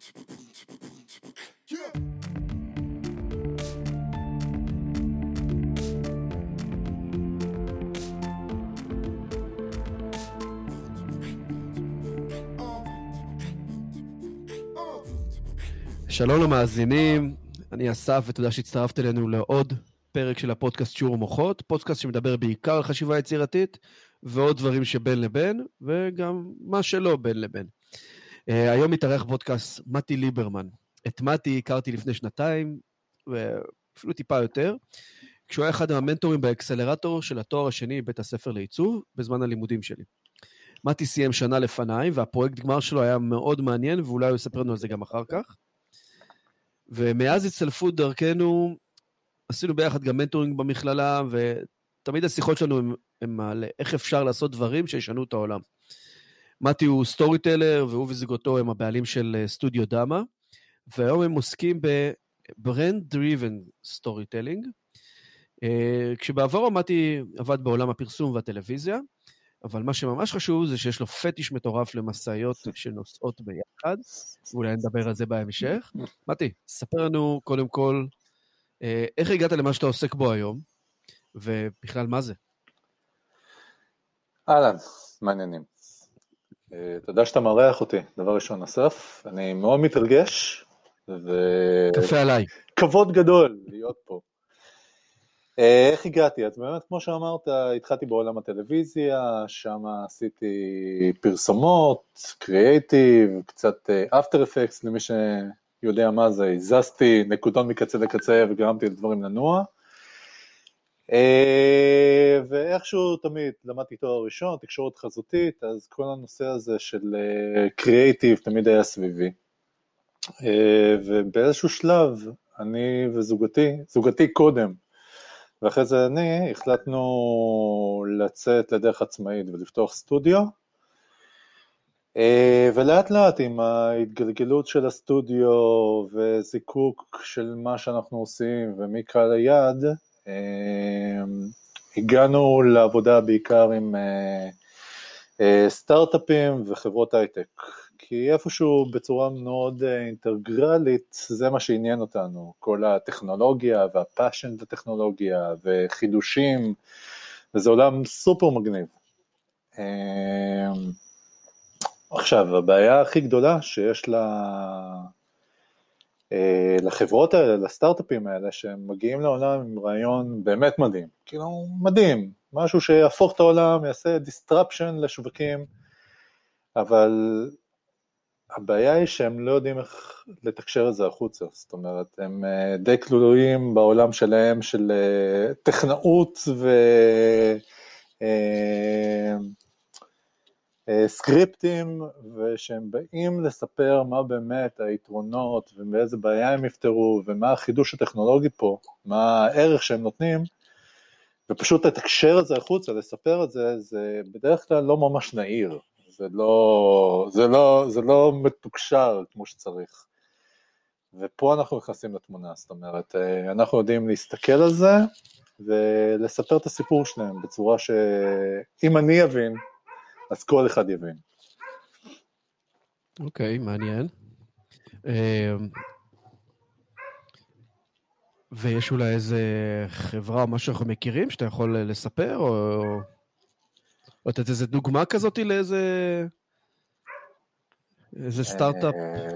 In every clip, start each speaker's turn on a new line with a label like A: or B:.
A: שלום למאזינים, אני אסף ותודה שהצטרפת אלינו לעוד פרק של הפודקאסט שיעור מוחות, פודקאסט שמדבר בעיקר על חשיבה יצירתית ועוד דברים שבין לבין וגם מה שלא בין לבין. היום מתארח פודקאסט מתי ליברמן. את מתי הכרתי לפני 2 ואפילו טיפה יותר, כשהוא היה אחד המנטורים באקסלרטור של התואר השני בבית הספר לעיצוב בזמן הלימודים שלי. מתי סיים שנה לפניי והפרויקט גמר שלו היה מאוד מעניין ואולי הוא יספר לנו על זה גם אחר כך. ומאז הצטלפות דרכנו, עשינו ביחד גם מנטורינג במכללה, ותמיד השיחות שלנו הם על איך אפשר לעשות דברים שישנו את העולם. מתי הוא סטורי טלר, והוא וזוגתו הם הבעלים של סטודיו דמה, והיום הם עוסקים ב-brand driven storytelling, כשבעברו מתי עבד בעולם הפרסום והטלוויזיה, אבל מה שממש חשוב זה שיש לו פטיש מטורף למסעיות שנוסעות ביחד, ואולי נדבר על זה בהמשך. מתי, ספר לנו קודם כל, איך הגעת למה שאתה עוסק בו היום, ובכלל מה זה?
B: אהלן, מעניינים. תודה שאתה מארח אותי, דבר ראשון אסף, אני מאוד מתרגש,
A: קפה עליי.
B: כבוד גדול להיות פה. איך הגעתי? אז באמת, כמו שאמרת, התחלתי בעולם הטלוויזיה, שם עשיתי פרסומות, קריאייטיב, קצת אפטר אפקס, למי שיודע מה זה, הזזתי נקודות מקצה לקצה וגרמתי לדברים לנוע, ואיכשהו תמיד למדתי תואר ראשון, תקשורת חזותית, אז כל הנושא הזה של קריאייטיב תמיד היה סביבי, ובאיזשהו שלב, אני וזוגתי קודם, ואחרי זה החלטנו לצאת לדרך עצמאית ולפתוח סטודיו, ולאט לאט עם ההתגלגלות של הסטודיו וזיקוק של מה שאנחנו עושים ומקהל היעד, הגענו לעבודה בעיקר עם סטארט-אפים וחברות הייטק, כי איפשהו בצורה מאוד אינטגרלית זה מה שעניין אותנו, כל הטכנולוגיה והפאשן לטכנולוגיה וחידושים, וזה עולם סופר מגניב. עכשיו, הבעיה הכי גדולה שיש לחברות האלה, לסטארט-אפים האלה, שהם מגיעים לעולם עם רעיון באמת מדהים, כאילו מדהים, משהו שיהפוך את העולם, יעשה disruption לשווקים, אבל הבעיה היא שהם לא יודעים איך לתקשר את זה החוצה, זאת אומרת, הם די כלולים בעולם שלהם של טכנאות וסקריפטים, ושהם באים לספר מה באמת היתרונות ובאיזה בעיה הם יפתרו, ומה החידוש הטכנולוגי פה, מה הערך שהם נותנים, ופשוט לתקשר את זה החוצה, לספר את זה, זה בדרך כלל לא ממש נעיר. זה לא מתוקשר כמו שצריך. ופה אנחנו נכנסים לתמונה, זאת אומרת, אנחנו יודעים להסתכל על זה, ולספר את הסיפור שלהם, בצורה שאם אני אבין, אז כל אחד יבין.
A: אוקיי, מעניין. ויש אולי איזה חברה או משהו שאנחנו מכירים, שאתה יכול לספר, או לתת איזה דוגמה כזאת לאיזה סטארט-אפ?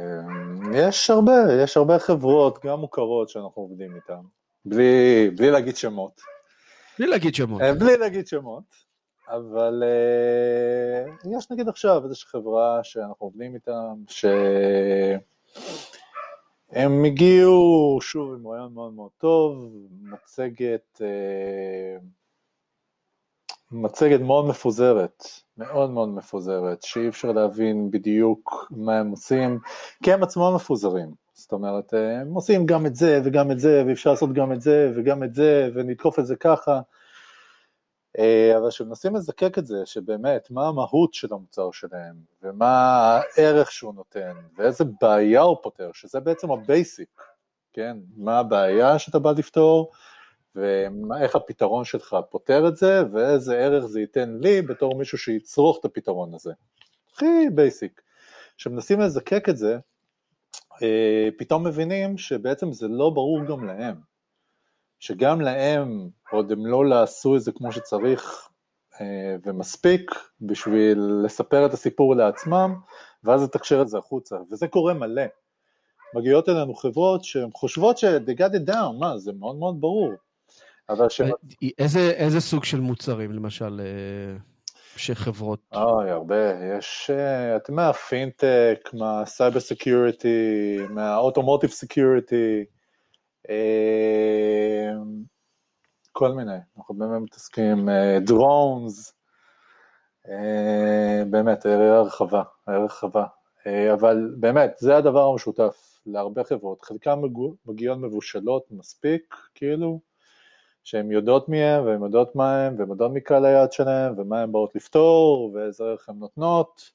B: יש הרבה חברות, גם מוכרות שאנחנו עובדים איתן, בלי להגיד שמות.
A: בלי להגיד שמות.
B: אבל יש נגיד עכשיו איזושהי חברה שאנחנו עובדים איתן, שהם הגיעו שוב עם רעיון מאוד מאוד טוב, מצגת מאוד מאוד מפוזרת, שאי אפשר להבין בדיוק מה הם עושים, כי הם עצמם מפוזרים, זאת אומרת, הם עושים גם את זה וגם את זה, ואפשר לעשות גם את זה וגם את זה, ונתקוף את זה ככה, אבל שמנסים לזקק את זה, שבאמת, מה המהות של המוצר שלהם, ומה הערך שהוא נותן, ואיזה בעיה הוא פותר, שזה בעצם הבייסיק, כן? מה הבעיה שאתה בא לפתור, ואיך הפתרון שלך פותר את זה, ואיזה ערך זה ייתן לי, בתור מישהו שיצרוך את הפתרון הזה. הכי בייסיק. שמנסים לזקק את זה, פתאום מבינים שבעצם זה לא ברור גם להם, שגם להם עוד הם לא עשו את זה כמו שצריך ומספיק בשביל לספר את הסיפור לעצמם, ואז לתקשר את זה החוצה, וזה קורה מלא. מגיעות אלינו חברות שהן חושבות ש-they got it down, מה, זה מאוד מאוד ברור. אבל
A: איזה סוג של מוצרים, למשל, שחברות?
B: הרבה, יש, אתם מהפינטק, מהסייבר סקיוריטי, מהאוטומוטיב סקיוריטי, כל מיני, אנחנו באמת מתעסקים, דרונס, באמת, הרחבה, אבל באמת, זה הדבר המשותף להרבה חברות, חלקם מגיעות מבושלות מספיק, כאילו, שהן יודעות מי הם, והן יודעות מה הם, והן יודעות מקהל היד שלהם, ומה הן באות לפתור, ואיזה ערך הן נותנות,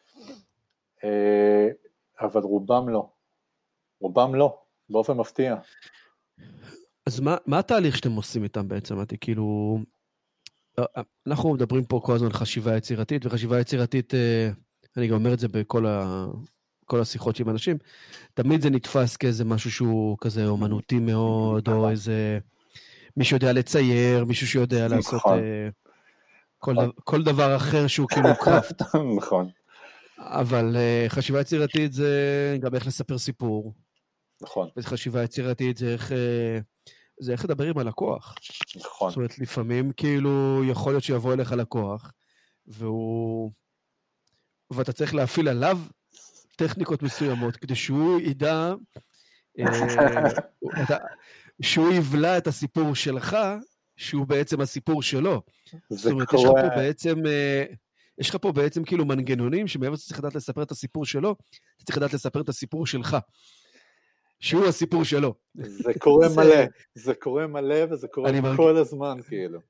B: אבל רובם לא, באופן מפתיע.
A: אז מה התהליך שאתם עושים איתם בעצם? כאילו, אנחנו מדברים פה כל הזמן חשיבה יצירתית, וחשיבה יצירתית, אני גם אומר את זה בכל השיחות עם אנשים, תמיד זה נתפס כאיזה משהו שהוא כזה אומנותי מאוד, או איזה מישהו יודע לצייר, מישהו שיודע לעשות כל דבר אחר שהוא כאילו קראפט.
B: נכון.
A: אבל חשיבה יצירתית זה גם איך לספר סיפור.
B: נכון.
A: וחשיבה יצירתית זה איך לדבר עם הלקוח.
B: נכון.
A: זאת אומרת, לפעמים כאילו יכול להיות שיבוא אליך לקוח, ואתה צריך להפעיל עליו טכניקות מסוימות, כדי שהוא ידע, שהוא יבלע את הסיפור שלך, שהוא בעצם הסיפור שלו. זאת אומרת, יש לך פה בעצם כאילו מנגנונים, שמעבר צריך לדעת לספר את הסיפור שלו, אתה צריך לדעת לספר את הסיפור שלך. שהוא הסיפור שלו.
B: זה קורה מלא, וזה קורה כל הזמן, כאילו.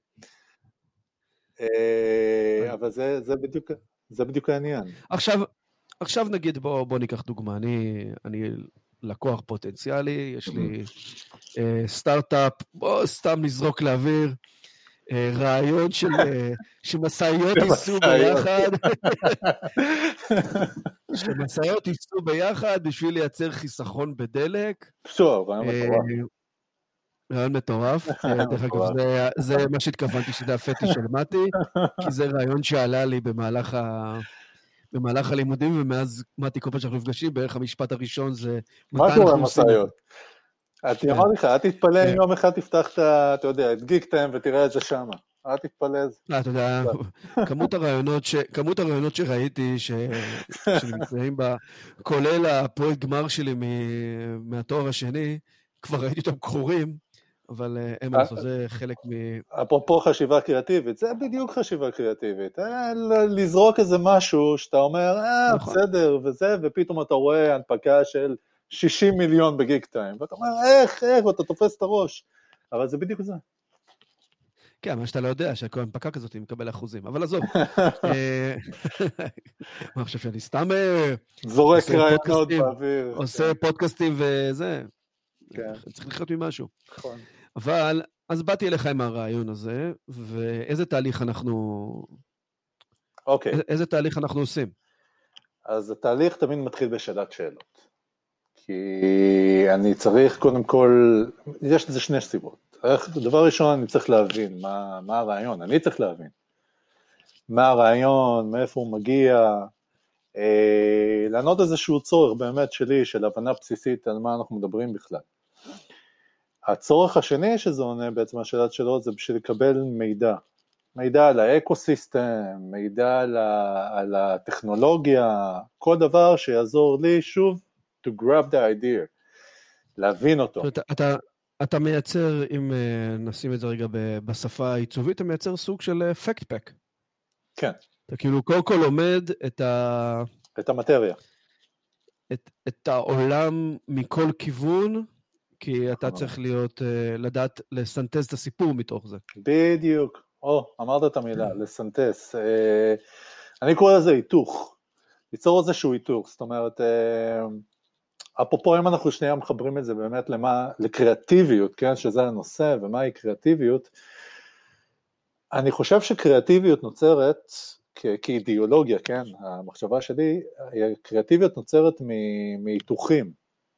B: אבל זה בדיוק העניין.
A: עכשיו נגיד, בוא ניקח דוגמה, אני לקוח פוטנציאלי, יש לי סטארט-אפ, בוא סתם נזרוק לאוויר, רעיון שמסעיות ייסעו ביחד, שמסעיות ייסעו ביחד בשביל לייצר חיסכון בדלק.
B: פשוט, רעיון מטורף.
A: רעיון מטורף, דרך אגב, זה מה שהתכוונתי שזה הפטי של מתי, כי זה רעיון שעלה לי במהלך הלימודים, ומאז מתי כל פעם שאנחנו נפגשים, בערך המשפט הראשון זה...
B: מה קורה מסעיות? אמרתי לך, אל תתפלא אם יום אחד תפתח אתה יודע, את גיקטיים ותראה את זה שם. אל תתפלא את זה.
A: אתה יודע, כמות הרעיונות שראיתי שנמצאים בה, כולל הפרויקט גמר שלי מהתואר השני, כבר ראיתי אותם קרורים, אבל אין מה לעשות, זה חלק
B: אפרופו חשיבה קריאטיבית, זה בדיוק חשיבה קריאטיבית. לזרוק איזה משהו שאתה אומר, בסדר, וזה, ופתאום אתה רואה הנפקה של 60 מיליון בגיקטיים, ואתה אומר, איך, ואתה תופס את הראש. אבל זה בדיוק זה.
A: כן, מה שאתה לא יודע, שהכל הנפקה כזאת היא מקבל אחוזים, אבל עזוב. אני חושב שאני סתם...
B: זורק רעיונות באוויר.
A: עושה פודקאסטים וזה. צריך לחיות ממשהו.
B: נכון.
A: אבל, אז באתי אליך עם הרעיון הזה, ואיזה תהליך איזה תהליך אנחנו עושים?
B: אז התהלימה תמיד מתחיל בשאלת שאלות. כי אני צריך קודם כל, יש לזה שני סיבות. דבר ראשון, אני צריך להבין מה הרעיון, אני צריך להבין. מה הרעיון, מאיפה הוא מגיע, לענות איזשהו צורך באמת שלי, של הבנה בסיסית על מה אנחנו מדברים בכלל. הצורך השני שזה עונה בעצם השאלת שאלות, זה בשביל לקבל מידע על האקוסיסטם, מידע על הטכנולוגיה, כל דבר שיעזור לי שוב, to grab the idea, להבין אותו.
A: אתה מייצר, אם נשים את זה רגע בשפה העיצובית, אתה מייצר סוג של fact pack.
B: כן.
A: אתה כאילו קודם כל לומד
B: את המטריה.
A: את העולם מכל כיוון, כי אתה צריך לדעת לסנטז את הסיפור מתוך זה.
B: בדיוק. אמרת את המילה, לסנטז. אני קורא לזה היתוך. ליצור איזשהו היתוך, זאת אומרת, אפרופו אם אנחנו שנייה מחברים את זה באמת לקריאטיביות, כן, שזה הנושא, ומהי קריאטיביות, אני חושב שקריאטיביות נוצרת כאידיאולוגיה, כן, המחשבה שלי, קריאטיביות נוצרת מהיתוכים,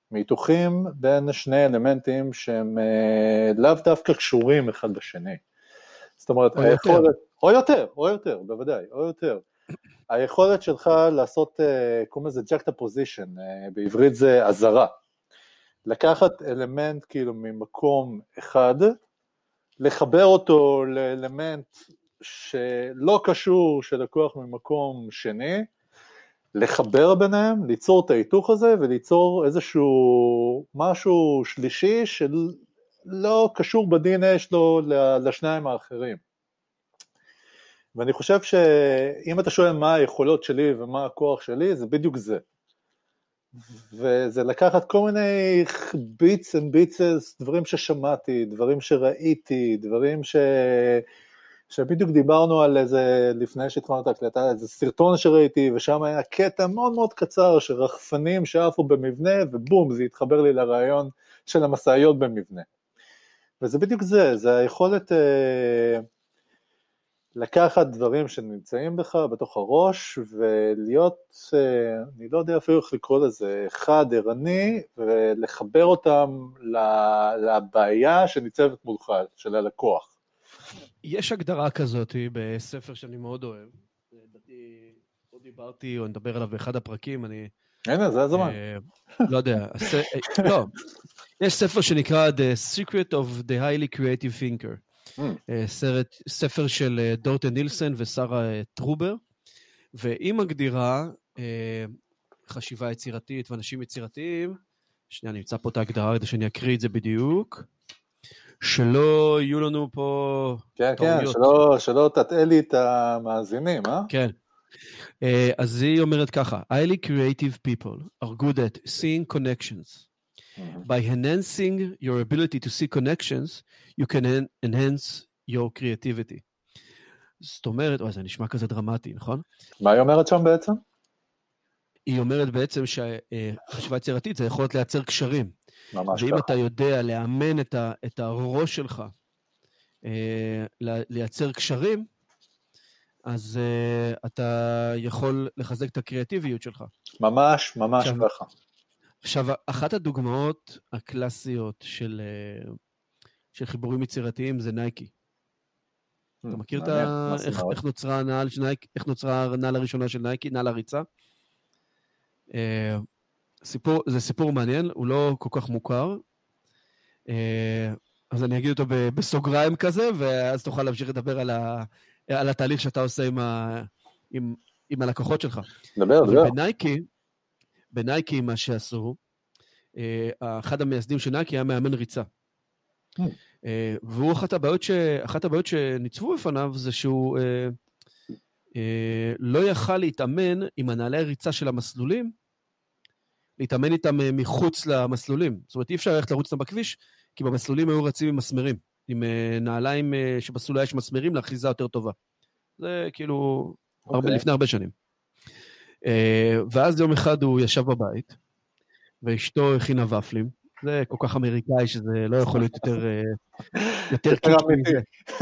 B: מהיתוכים בין שני אלמנטים שהם לאו דווקא קשורים אחד בשני. זאת אומרת, היכולת, או יותר, בוודאי, או יותר. היכולת שלך לעשות, קוראים לזה juxtaposition, בעברית זה עזרה. לקחת אלמנט כאילו ממקום אחד, לחבר אותו לאלמנט שלא קשור שלקוח ממקום שני, לחבר ביניהם, ליצור את ההיתוך הזה, וליצור איזשהו משהו שלישי שלא קשור ב-DNA שלו לשניים האחרים. ואני חושב שאם אתה שואל מה היכולות שלי ומה הכוח שלי, זה בדיוק זה. וזה לקחת כל מיני ביטס and ביטסס, דברים ששמעתי, דברים שראיתי, דברים שבדיוק דיברנו על איזה, לפני שהתחלנו את ההקלטה, איזה סרטון שראיתי, ושם היה קטע מאוד מאוד קצר, שרחפנים שעפו במבנה, ובום, זה התחבר לי לרעיון של המסעיות במבנה. וזה בדיוק זה, זה היכולת לקחת דברים שנמצאים בך בתוך הראש, ולהיות, אני לא יודע אפילו איך לקרוא לזה, אחד ערני, ולחבר אותם לבעיה שניצבת מולך, של הלקוח.
A: יש הגדרה כזאת בספר שאני מאוד אוהב, עוד דיברתי או נדבר עליו באחד הפרקים,
B: הנה, זה הזמן.
A: לא יודע, לא, יש ספר שנקרא The Secret of the Highly Creative Thinker, ספר של דורטן נילסון ושרה טרובר, והיא מגדירה חשיבה יצירתית ואנשים יצירתיים, שנייה, אני אמצא פה את ההגדרה כדי שאני אקריא את זה בדיוק, שלא יהיו לנו פה
B: טעויות. כן, שלא תטעה לי את המאזינים,
A: כן. אז היא אומרת ככה, highly creative people are good at seeing connections. By enhancing your ability to see connections, you can enhance your creativity. זאת אומרת, זה נשמע כזה דרמטי, נכון?
B: מה היא אומרת שם בעצם?
A: היא אומרת בעצם שחשיבה יצירתית זה יכולת לייצר קשרים.
B: ממש
A: ואם
B: ככה.
A: אתה יודע לאמן את הראש שלך, לייצר קשרים, אז אתה יכול לחזק את הקריאטיביות שלך.
B: ממש, ממש ככה.
A: עכשיו, אחת הדוגמאות הקלאסיות של חיבורים יצירתיים זה נייקי. אתה מכיר איך נוצרה הנעל של נייקי? איך נוצרה הנעל הראשונה של נייקי? נעל הריצה? זה סיפור מעניין, הוא לא כל כך מוכר. אז אני אגיד אותו בסוגריים כזה, ואז תוכל להמשיך לדבר על התהליך שאתה עושה עם הלקוחות שלך.
B: דבר.
A: בנייקי מה שעשו, אחד המייסדים של נייקי היה מאמן ריצה. והוא אחת הבעיות שניצבו בפניו זה שהוא לא יכל להתאמן עם הנעלי הריצה של המסלולים, להתאמן איתם מחוץ למסלולים. זאת אומרת, אי אפשר ללכת לרוץ אותם בכביש, כי במסלולים היו רצים עם מסמרים, עם נעליים שבסלולה יש מסמרים לאחיזה יותר טובה. זה כאילו לפני הרבה שנים. ואז יום אחד הוא ישב בבית, ואשתו הכינה ופלים, זה כל כך אמריקאי שזה לא יכול להיות יותר קיקי מזה.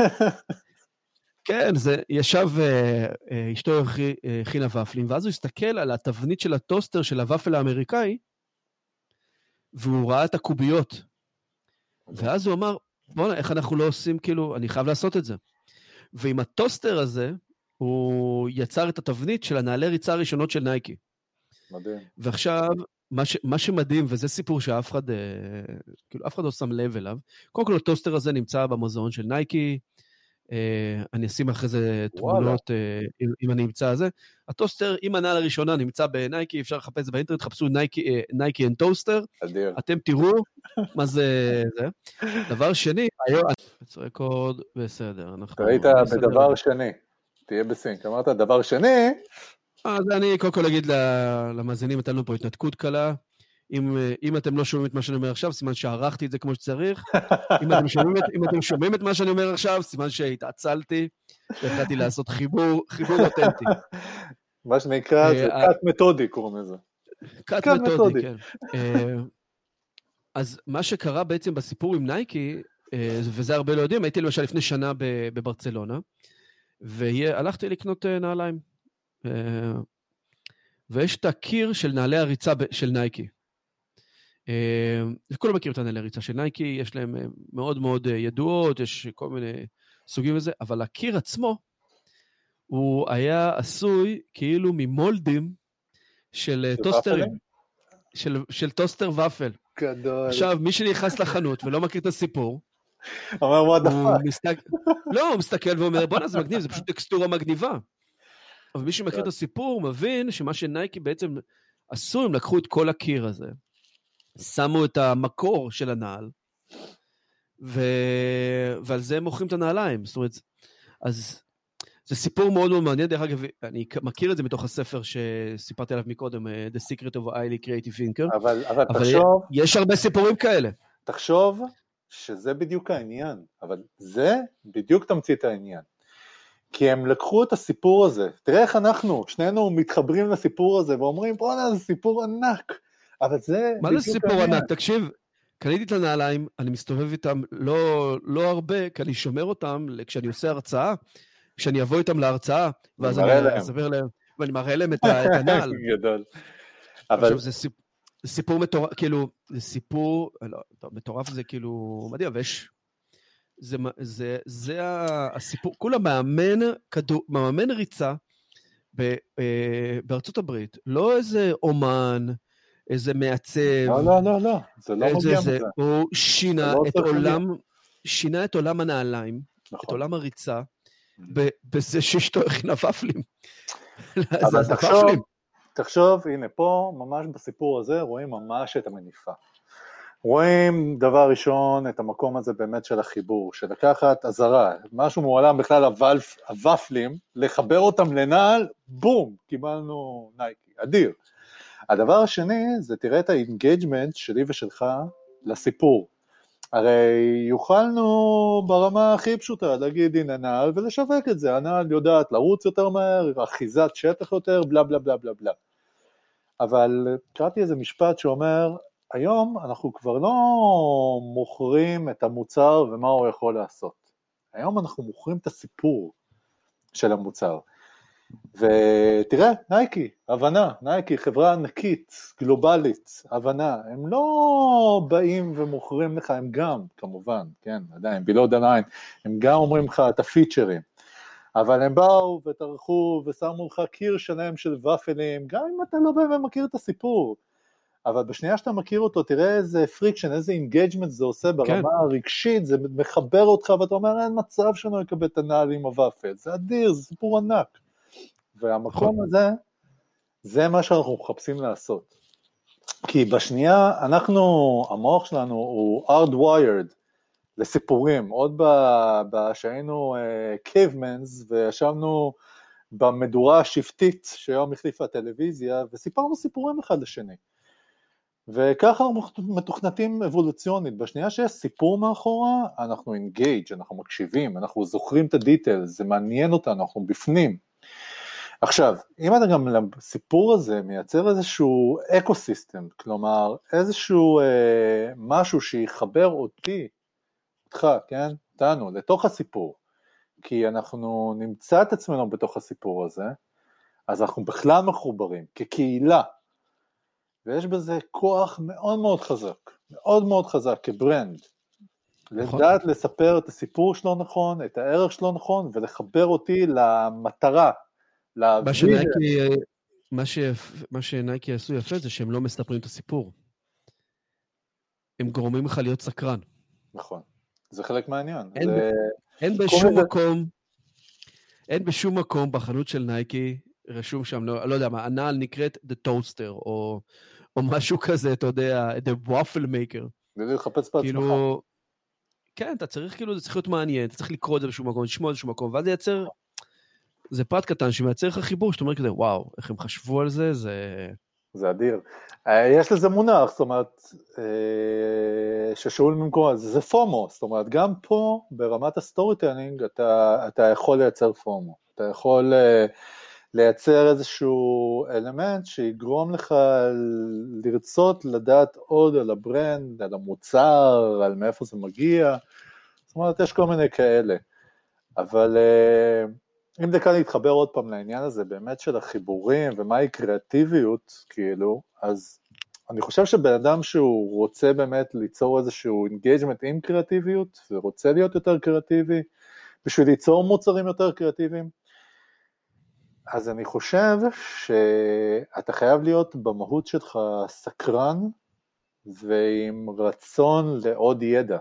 A: כן, זה ישב, אשתו הכינה ופלים, ואז הוא הסתכל על התבנית של הטוסטר של הוופל האמריקאי, והוא ראה את הקוביות. ואז הוא אמר, בוא'נה, איך אנחנו לא עושים, כאילו, אני חייב לעשות את זה. ועם הטוסטר הזה, הוא יצר את התבנית של הנעלי ריצה הראשונות של נייקי.
B: מדהים.
A: ועכשיו, מה שמדהים, וזה סיפור שאף אחד, כאילו, אף אחד לא שם לב אליו, קודם כל הטוסטר הזה נמצא במוזיאון של נייקי, אני אשים אחרי זה תמונות, אם אני אמצא את זה. הטוסטר, אם הנעל הראשונה נמצא בנייקי, אפשר לחפש את זה באינטרנט, חפשו נייקי and טוסטר, אתם תראו מה זה. דבר שני, היום, רקורד בסדר.
B: ראית בדבר שני, תהיה בסינק, אמרת דבר שני.
A: אז אני קודם כל אגיד למאזינים, נתן לנו פה התנתקות קלה, אם אתם לא שומעים את מה שאני אומר עכשיו, סימן שערכתי את זה כמו שצריך. אם אתם שומעים את מה שאני אומר עכשיו, סימן שהתעצלתי, והחלטתי לעשות חיבור אותנטי.
B: מה שנקרא, זה קאט מתודי, קוראים לזה.
A: קאט מתודי, כן. אז מה שקרה בעצם בסיפור עם נייקי, וזה הרבה לא יודעים, הייתי למשל לפני שנה בברצלונה, והלכתי לקנות נעליים. ויש את הקיר של נעלי הריצה של נייקי. כולם מכירים את הנעלי ריצה של נייקי, יש להם מאוד מאוד ידועות, יש כל מיני סוגים וזה, אבל הקיר עצמו, הוא היה עשוי כאילו ממולדים של טוסטרים, של טוסטר ופל.
B: גדול.
A: עכשיו, מי שנכנס לחנות ולא מכיר את הסיפור,
B: אומר, what the fuck?
A: לא, הוא מסתכל ואומר, בוא'נה, זה מגניב, זה פשוט טקסטורה מגניבה. אבל מי שמכיר את הסיפור מבין שמה שנייקי בעצם עשו, הם לקחו את כל הקיר הזה, שמו את המקור של הנעל, ועל זה הם מוכרים את הנעליים. זאת אומרת, אז זה סיפור מאוד מאוד מעניין. דרך אגב, אני מכיר את זה מתוך הספר שסיפרתי עליו מקודם, The Secret of a Highly Creative Thinker.
B: אבל תחשוב,
A: יש הרבה סיפורים כאלה.
B: תחשוב שזה בדיוק העניין, אבל זה בדיוק תמצית העניין. כי הם לקחו את הסיפור הזה, תראה איך אנחנו, שנינו מתחברים לסיפור הזה, ואומרים, בוא'נה, זה סיפור ענק, אבל זה
A: מה זה סיפור ענק? תקשיב, קניתי את הנעליים, אני מסתובב איתם לא הרבה, כי אני שומר אותם כשאני עושה הרצאה, כשאני אבוא איתם להרצאה, ואז אני אספר להם, ואני מראה להם את הנעל.
B: גדול.
A: עכשיו, זה סיפור מטורף, כאילו, זה סיפור, מטורף זה כאילו, מדהים, ויש, זה הסיפור, כולה מאמן ריצה בארצות הברית, לא איזה אומן, איזה מעצב.
B: לא, זה לא מגיע מזה.
A: הוא שינה את עולם הנעליים, את עולם הריצה, בזה שאשתו הכינה ופלים.
B: אבל תחשוב, הנה פה, ממש בסיפור הזה, רואים ממש את המניפה. רואים דבר ראשון את המקום הזה באמת של החיבור, של לקחת עזרה, משהו מעולם בכלל הוופלים, לחבר אותם לנעל, בום, קיבלנו נייקי, אדיר. הדבר השני זה תראה את האינגייג'מנט שלי ושלך לסיפור. הרי יוכלנו ברמה הכי פשוטה להגיד הנה נעל ולשווק את זה, הנעל יודעת לרוץ יותר מהר, אחיזת שטח יותר, בלה בלה בלה בלה בלה. אבל קראתי איזה משפט שאומר, היום אנחנו כבר לא מוכרים את המוצר ומה הוא יכול לעשות. היום אנחנו מוכרים את הסיפור של המוצר. ותראה, נייקי, הבנה, נייקי, חברה ענקית, גלובלית, הבנה, הם לא באים ומוכרים לך, הם גם, כמובן, כן, עדיין, below the line, הם גם אומרים לך את הפיצ'רים, אבל הם באו וטרחו ושמו לך קיר שלם של ופלים, גם אם אתה לא באמת מכיר את הסיפור, אבל בשנייה שאתה מכיר אותו, תראה איזה פריקשן, איזה אינגייג'מנט זה עושה ברמה הרגשית, זה מחבר אותך, ואתה אומר, אין מצב שלא יקבל את הנעל עם הוופל, זה אדיר, זה סיפור ענק. והמקום הזה, זה מה שאנחנו מחפשים לעשות. כי בשנייה, המוח שלנו הוא hardwired לסיפורים, עוד שהיינו cavemen's, וישבנו במדורה השבטית, שהיום החליפה הטלוויזיה, וסיפרנו סיפורים אחד לשני. וככה אנחנו מתוכנתים אבולוציונית, בשנייה שיש סיפור מאחורה, אנחנו engage, אנחנו מקשיבים, אנחנו זוכרים את הדיטל, זה מעניין אותנו, אנחנו בפנים. עכשיו, אם אתה גם לסיפור הזה מייצר איזשהו אקוסיסטם, כלומר איזשהו משהו שיחבר אותך, כן, אותנו, לתוך הסיפור, כי אנחנו נמצא את עצמנו בתוך הסיפור הזה, אז אנחנו בכלל מחוברים, כקהילה, ויש בזה כוח מאוד מאוד חזק, מאוד מאוד חזק כברנד, לדעת לספר את הסיפור שלו נכון, את הערך שלו נכון, ולחבר אותי למטרה,
A: מה שנייקי עשו יפה זה שהם לא מספרים את הסיפור. הם גורמים לך להיות סקרן.
B: נכון. זה חלק מהעניין.
A: אין בשום מקום בחנות של נייקי רשום שם, לא יודע מה, הנעל נקראת The Toaster, או משהו כזה, אתה יודע, The Waffle Maker.
B: זה לחפש בעצמך.
A: כן, אתה צריך, כאילו, זה צריך להיות מעניין, אתה צריך לקרוא את זה בשום מקום, לשמוע את זה בשום מקום, ואז ייצר, זה פרט קטן שמייצר לך חיבור, שאתה אומר כזה, וואו, איך הם חשבו על זה,
B: זה אדיר. יש לזה מונח, זאת אומרת, ששאול ממקום, זה פומו, זאת אומרת, גם פה, ברמת הסטורי טיילינג, אתה יכול לייצר פומו, אתה יכול לייצר איזשהו אלמנט שיגרום לך לרצות לדעת עוד על הברנד, על המוצר, על מאיפה זה מגיע, זאת אומרת, יש כל מיני כאלה, אבל אם דקה להתחבר עוד פעם לעניין הזה, באמת של החיבורים, ומהי קריאטיביות, כאילו, אז אני חושב שבן אדם שהוא רוצה באמת ליצור איזשהו engagement עם קריאטיביות, ורוצה להיות יותר קריאטיבי, בשביל ליצור מוצרים יותר קריאטיביים, אז אני חושב שאתה חייב להיות במהות שלך סקרן, ועם רצון לעוד ידע.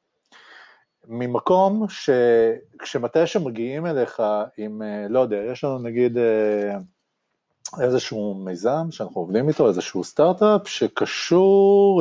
B: ממקום שכשמתי שמגיעים אליך עם, לא יודע, יש לנו נגיד איזשהו מיזם שאנחנו עובדים איתו, איזשהו סטארט-אפ שקשור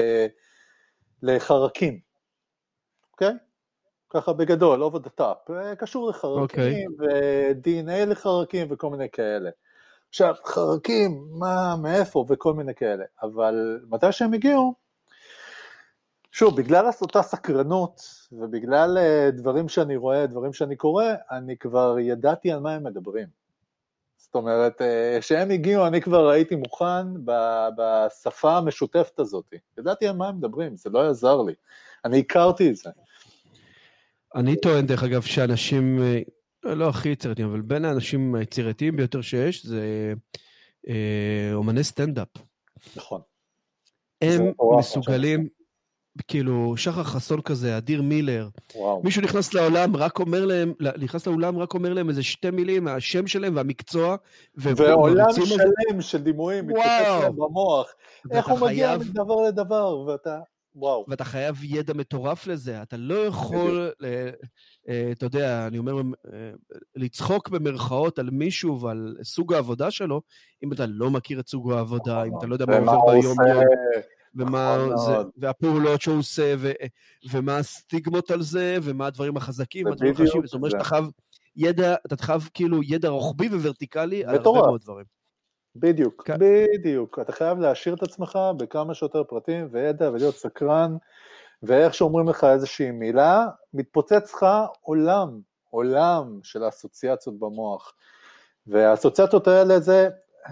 B: לחרקים, אוקיי? ככה בגדול, over the top, קשור לחרקים ו-DNA לחרקים וכל מיני כאלה. עכשיו, חרקים, מאיפה וכל מיני כאלה, אבל מתי שהם הגיעו, שוב, בגלל אותה סקרנות, ובגלל דברים שאני רואה, דברים שאני קורא, אני כבר ידעתי על מה הם מדברים. זאת אומרת, שהם הגיעו, אני כבר הייתי מוכן בשפה המשותפת הזאת. ידעתי על מה הם מדברים, זה לא יעזר לי. אני הכרתי את זה.
A: אני טוען, דרך אגב, שאנשים, לא הכי יצירתיים, אבל בין האנשים היצירתיים ביותר שיש, זה אומני סטנדאפ.
B: נכון.
A: הם מסוגלים, כאילו, שחר חסון כזה, אדיר מילר, מישהו נכנס לאולם, רק אומר להם איזה 2 מילים, השם שלהם והמקצוע,
B: ועולם שלם של דימויים, מתפתח להם במוח, איך הוא מגיע מדבר לדבר, ואתה, וואו.
A: ואתה חייב ידע מטורף לזה, אתה לא יכול, אתה יודע, אני אומר, לצחוק במרכאות על מישהו ועל סוג העבודה שלו, אם אתה לא מכיר את סוג העבודה, אם אתה לא יודע מה עובר ביום יום, והפעולות שהוא עושה, ומה הסטיגמות על זה, ומה הדברים החזקים, והדברים החשים, זאת אומרת שאתה חייב ידע, אתה חייב כאילו ידע רוחבי וורטיקלי, על הרבה מאוד דברים.
B: בדיוק, בדיוק, אתה חייב להשאיר את עצמך בכמה שיותר פרטים, וידע, ולהיות סקרן, ואיך שאומרים לך איזושהי מילה, מתפוצץ לך עולם של אסוציאציות במוח, והאסוציאציות האלה זה,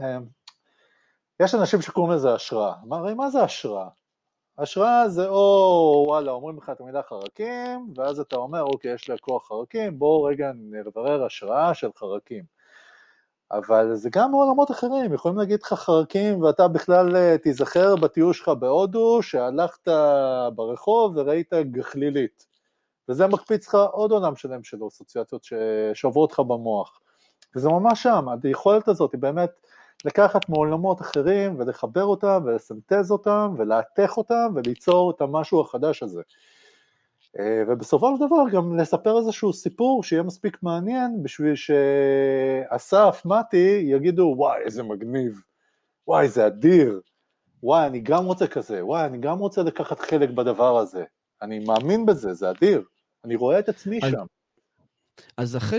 B: יש אנשים שקוראים לזה השראה. מה זה השראה? השראה זה וואלה, אומרים לך את המילה חרקים, ואז אתה אומר, אוקיי, יש לי כוח חרקים, בואו רגע נברר השראה של חרקים. אבל זה גם מעולמות אחרים, יכולים להגיד לך חרקים, ואתה בכלל תיזכר בטיול שלך בהודו, שהלכת ברחוב וראית גחלילית. וזה מקפיץ לך עוד עולם שלם של אסוציאציות שעוברות לך במוח. וזה ממש שם, היכולת הזאת היא באמת, לקחת מעולמות אחרים ולחבר אותם ולסנטז אותם ולהתך אותם וליצור את המשהו החדש הזה. ובסופו של דבר גם לספר איזשהו סיפור שיהיה מספיק מעניין בשביל שאסף, מתי יגידו וואי איזה מגניב, וואי זה אדיר, וואי אני גם רוצה כזה, וואי אני גם רוצה לקחת חלק בדבר הזה, אני מאמין בזה, זה אדיר, אני רואה את עצמי שם.
A: אז אחרי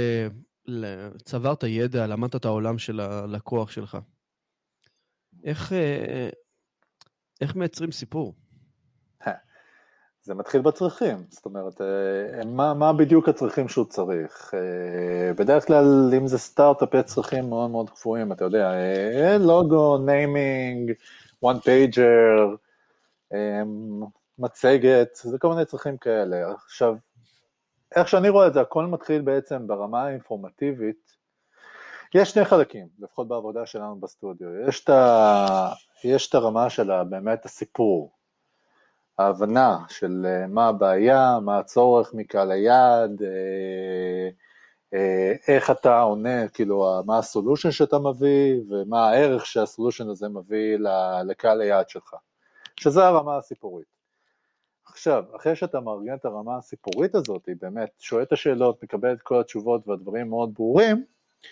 A: צברת ידע, למדת את העולם של הלקוח שלך. איך מייצרים סיפור?
B: זה מתחיל בצרכים, זאת אומרת, מה בדיוק הצרכים שהוא צריך? בדרך כלל, אם זה סטארט-אפ, יש צרכים מאוד מאוד קבועים, אתה יודע, לוגו, ניימינג, one pager, מצגת, זה כל מיני צרכים כאלה. עכשיו, איך שאני רואה את זה, הכל מתחיל בעצם ברמה האינפורמטיבית, יש 2 חלקים, לפחות בעבודה שלנו בסטודיו, יש את הרמה של באמת הסיפור, ההבנה של מה הבעיה, מה הצורך מקהל היעד, איך אתה עונה, כאילו מה הסולושן שאתה מביא, ומה הערך שהסולושן הזה מביא לקהל היעד שלך, שזה הרמה הסיפורית. עכשיו, אחרי שאתה מארגן את הרמה הסיפורית הזאת, היא באמת שואל את השאלות, מקבל את כל התשובות והדברים מאוד ברורים,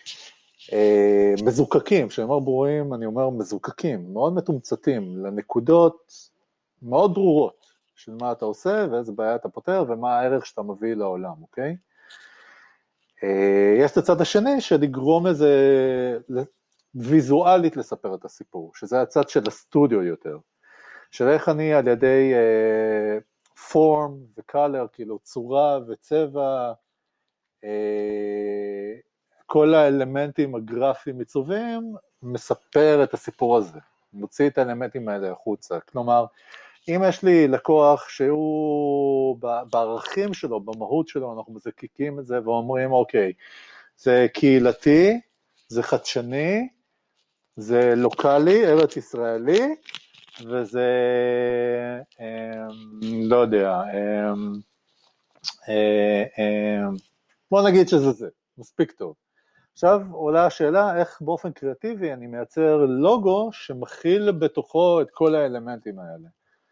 B: מזוקקים, כשאני אומר ברורים, אני אומר מזוקקים, מאוד מתומצתים, לנקודות מאוד ברורות, של מה אתה עושה ואיזה בעיה אתה פותר, ומה הערך שאתה מביא לעולם, אוקיי? יש את הצד השני של לגרום איזה ויזואלית לספר את הסיפור, שזה הצד של הסטודיו יותר, של איך אני על ידי פורם וקלר, כאילו צורה וצבע, כל האלמנטים הגרפיים מצובים, מספר את הסיפור הזה, מוציא את האלמנטים האלה החוצה, כלומר, אם יש לי לקוח שהוא בערכים שלו, במהות שלו, אנחנו מזקקים את זה ואומרים, אוקיי, זה קהילתי, זה חדשני, זה לוקלי, ארץ ישראלי, וזה, לא יודע, בוא נגיד שזה זה, מספיק טוב. עכשיו עולה השאלה איך באופן קריאטיבי אני מייצר לוגו שמכיל בתוכו את כל האלמנטים האלה.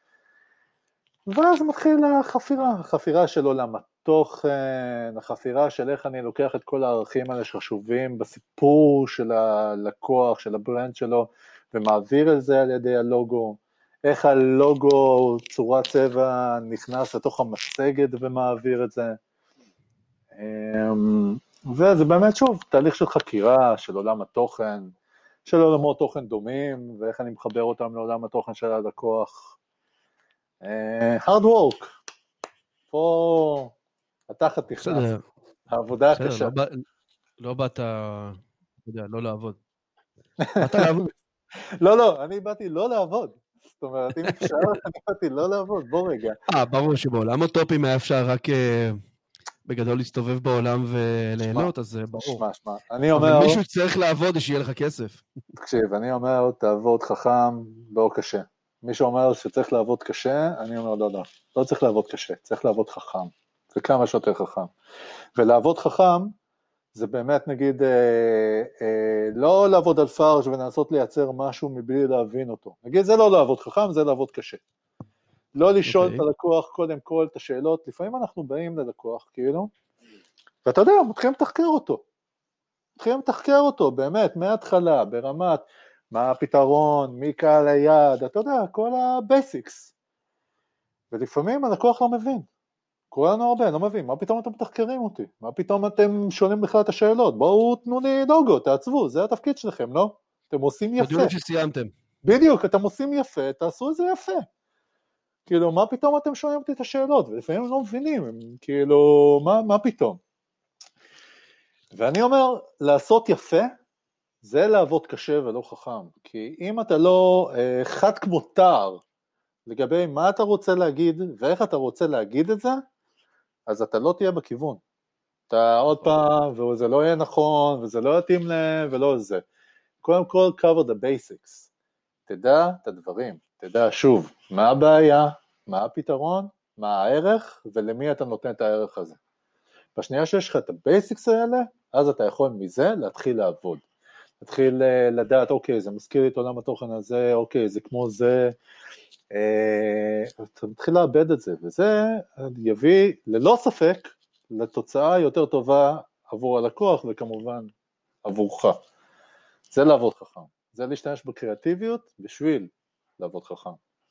B: ואז מתחיל החפירה של עולם התוכן, החפירה של איך אני לוקח את כל הערכים האלה שחשובים בסיפור של הלקוח, של הברנד שלו, ומעביר את זה על ידי הלוגו, איך הלוגו, צורה צבע, נכנס לתוך המצגת ומעביר את זה. וזה באמת שוב, תהליך של חקירה, של עולם התוכן, של עולמות תוכן דומים, ואיך אני מחבר אותם לעולם התוכן של הלקוח. hard work, פה התחת נכנס, העבודה הקשה.
A: לא באת, לא לעבוד. באת לעבוד.
B: לא, אני באתי לא לעבוד. זאת אומרת, אם אפשר, אני באתי לא לעבוד, בוא רגע.
A: ברור שבעולם הטופים היה אפשר רק בגדול להסתובב בעולם וליהנות, אז ברור.
B: שמע, אני אומר...
A: אבל מישהו צריך לעבוד, שיהיה לך כסף.
B: תקשיב, אני אומר, תעבוד חכם, לא קשה. מישהו אומר שצריך לעבוד קשה, אני אומר, לא צריך לעבוד קשה, צריך לעבוד חכם, וכמה שיותר חכם. ולעבוד חכם, זה באמת נגיד, לא לעבוד על פרש ולנסות לייצר משהו מבלי להבין אותו. נגיד, זה לא לעבוד חכם, זה לעבוד קשה. לא לשאול את הלקוח קודם כל את השאלות, לפעמים אנחנו באים ללקוח, כאילו, ואתה יודע, מתחילים לתחקר אותו, באמת, מההתחלה, ברמת, מה הפתרון, מי קהל היעד, אתה יודע, כל הבייסיקס. ולפעמים הלקוח לא מבין. קורא לנו הרבה, לא מבין, מה פתאום אתם מתחקרים אותי? מה פתאום אתם שואלים בכלל את השאלות? בואו תנו לי לוגו, תעצבו, זה התפקיד שלכם, לא? אתם עושים יפה.
A: תדעו שסיימתם.
B: בדיוק, אתם עושים יפה, תעשו את זה יפה. כאילו, מה פתאום אתם שואלים אותי את השאלות? ולפעמים הם לא מבינים, הם, כאילו, מה פתאום? ואני אומר, לעשות יפה, זה לעבוד קשה ולא חכם. כי אם אתה לא חד כמו תער, לגבי מה אתה רוצה להגיד, ואיך אתה רוצה להגיד את זה, אז אתה לא תהיה בכיוון. אתה עוד פעם, וזה לא יהיה נכון, וזה לא יתאים להם, ולא זה. קודם כל, cover the basics. תדע את הדברים. תדע שוב, מה הבעיה, מה הפתרון, מה הערך, ולמי אתה נותן את הערך הזה. בשנייה שיש לך את הבייסיקס האלה, אז אתה יכול מזה להתחיל לעבוד. להתחיל לדעת, אוקיי, זה מזכיר לי את עולם התוכן הזה, אוקיי, זה כמו זה, אתה מתחיל לאבד את זה, וזה יביא ללא ספק לתוצאה יותר טובה עבור הלקוח, וכמובן עבורך. זה לעבוד חכם. זה להשתמש בקריאטיביות בשביל לעבוד חכם.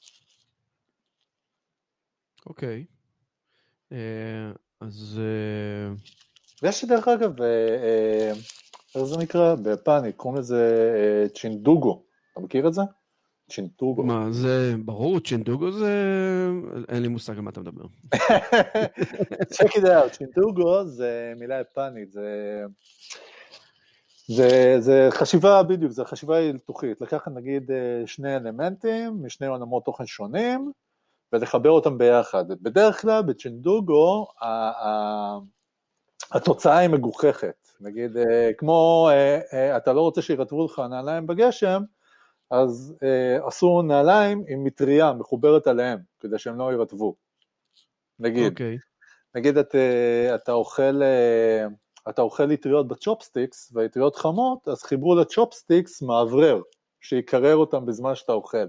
A: אוקיי. אז...
B: יש דרך אגב, איך זה נקרא? בפאניק, קוראים לזה צ'ינדוגו. אתה מכיר את זה? צ'ינדוגו.
A: מה, זה ברור, צ'ינדוגו זה... אין לי מושג על מה אתה מדבר.
B: check it out, צ'ינדוגו זה מילה יפנית, זה חשיבה בדיוק, זה חשיבה הילתוכית, לקחת נגיד שני אלמנטים, משני עולמות תוכן שונים, ולחבר אותם ביחד. בדרך כלל בצ'ינדוגו, התוצאה היא מגוחכת, נגיד, כמו אתה לא רוצה שירטבו לך נעליים בגשם, אז עשו נעליים עם מטריה מחוברת עליהם, כדי שהם לא ירטבו. נגיד, נגיד אתה אוכל ליטריות בצ'ופסטיקס, והליטריות חמות, אז חיברו לצ'ופסטיקס מעברר, שיקרר אותם בזמן שאתה אוכל.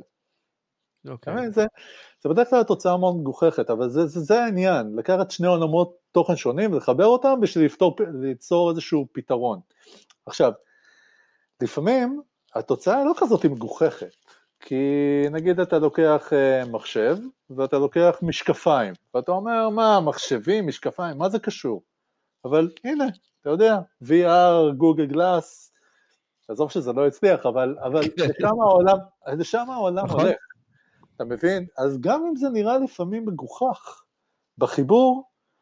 B: זה בדרך כלל התוצאה מאוד מגוחכת, אבל זה העניין, לקחת שני עולמות תוכן שונים, ולחבר אותם בשביל ליצור איזשהו פתרון. עכשיו, לפעמים התוצאה לא כזאת היא מגוחכת, כי נגיד אתה לוקח מחשב, ואתה לוקח משקפיים, ואתה אומר, מה, מחשבים, משקפיים, מה זה קשור? אבל הנה, אתה יודע, VR, גוגל גלאס, עזוב שזה לא הצליח, אבל לשם העולם הולך. אתה מבין? אז גם אם זה נראה לפעמים מגוחך, בחיבור,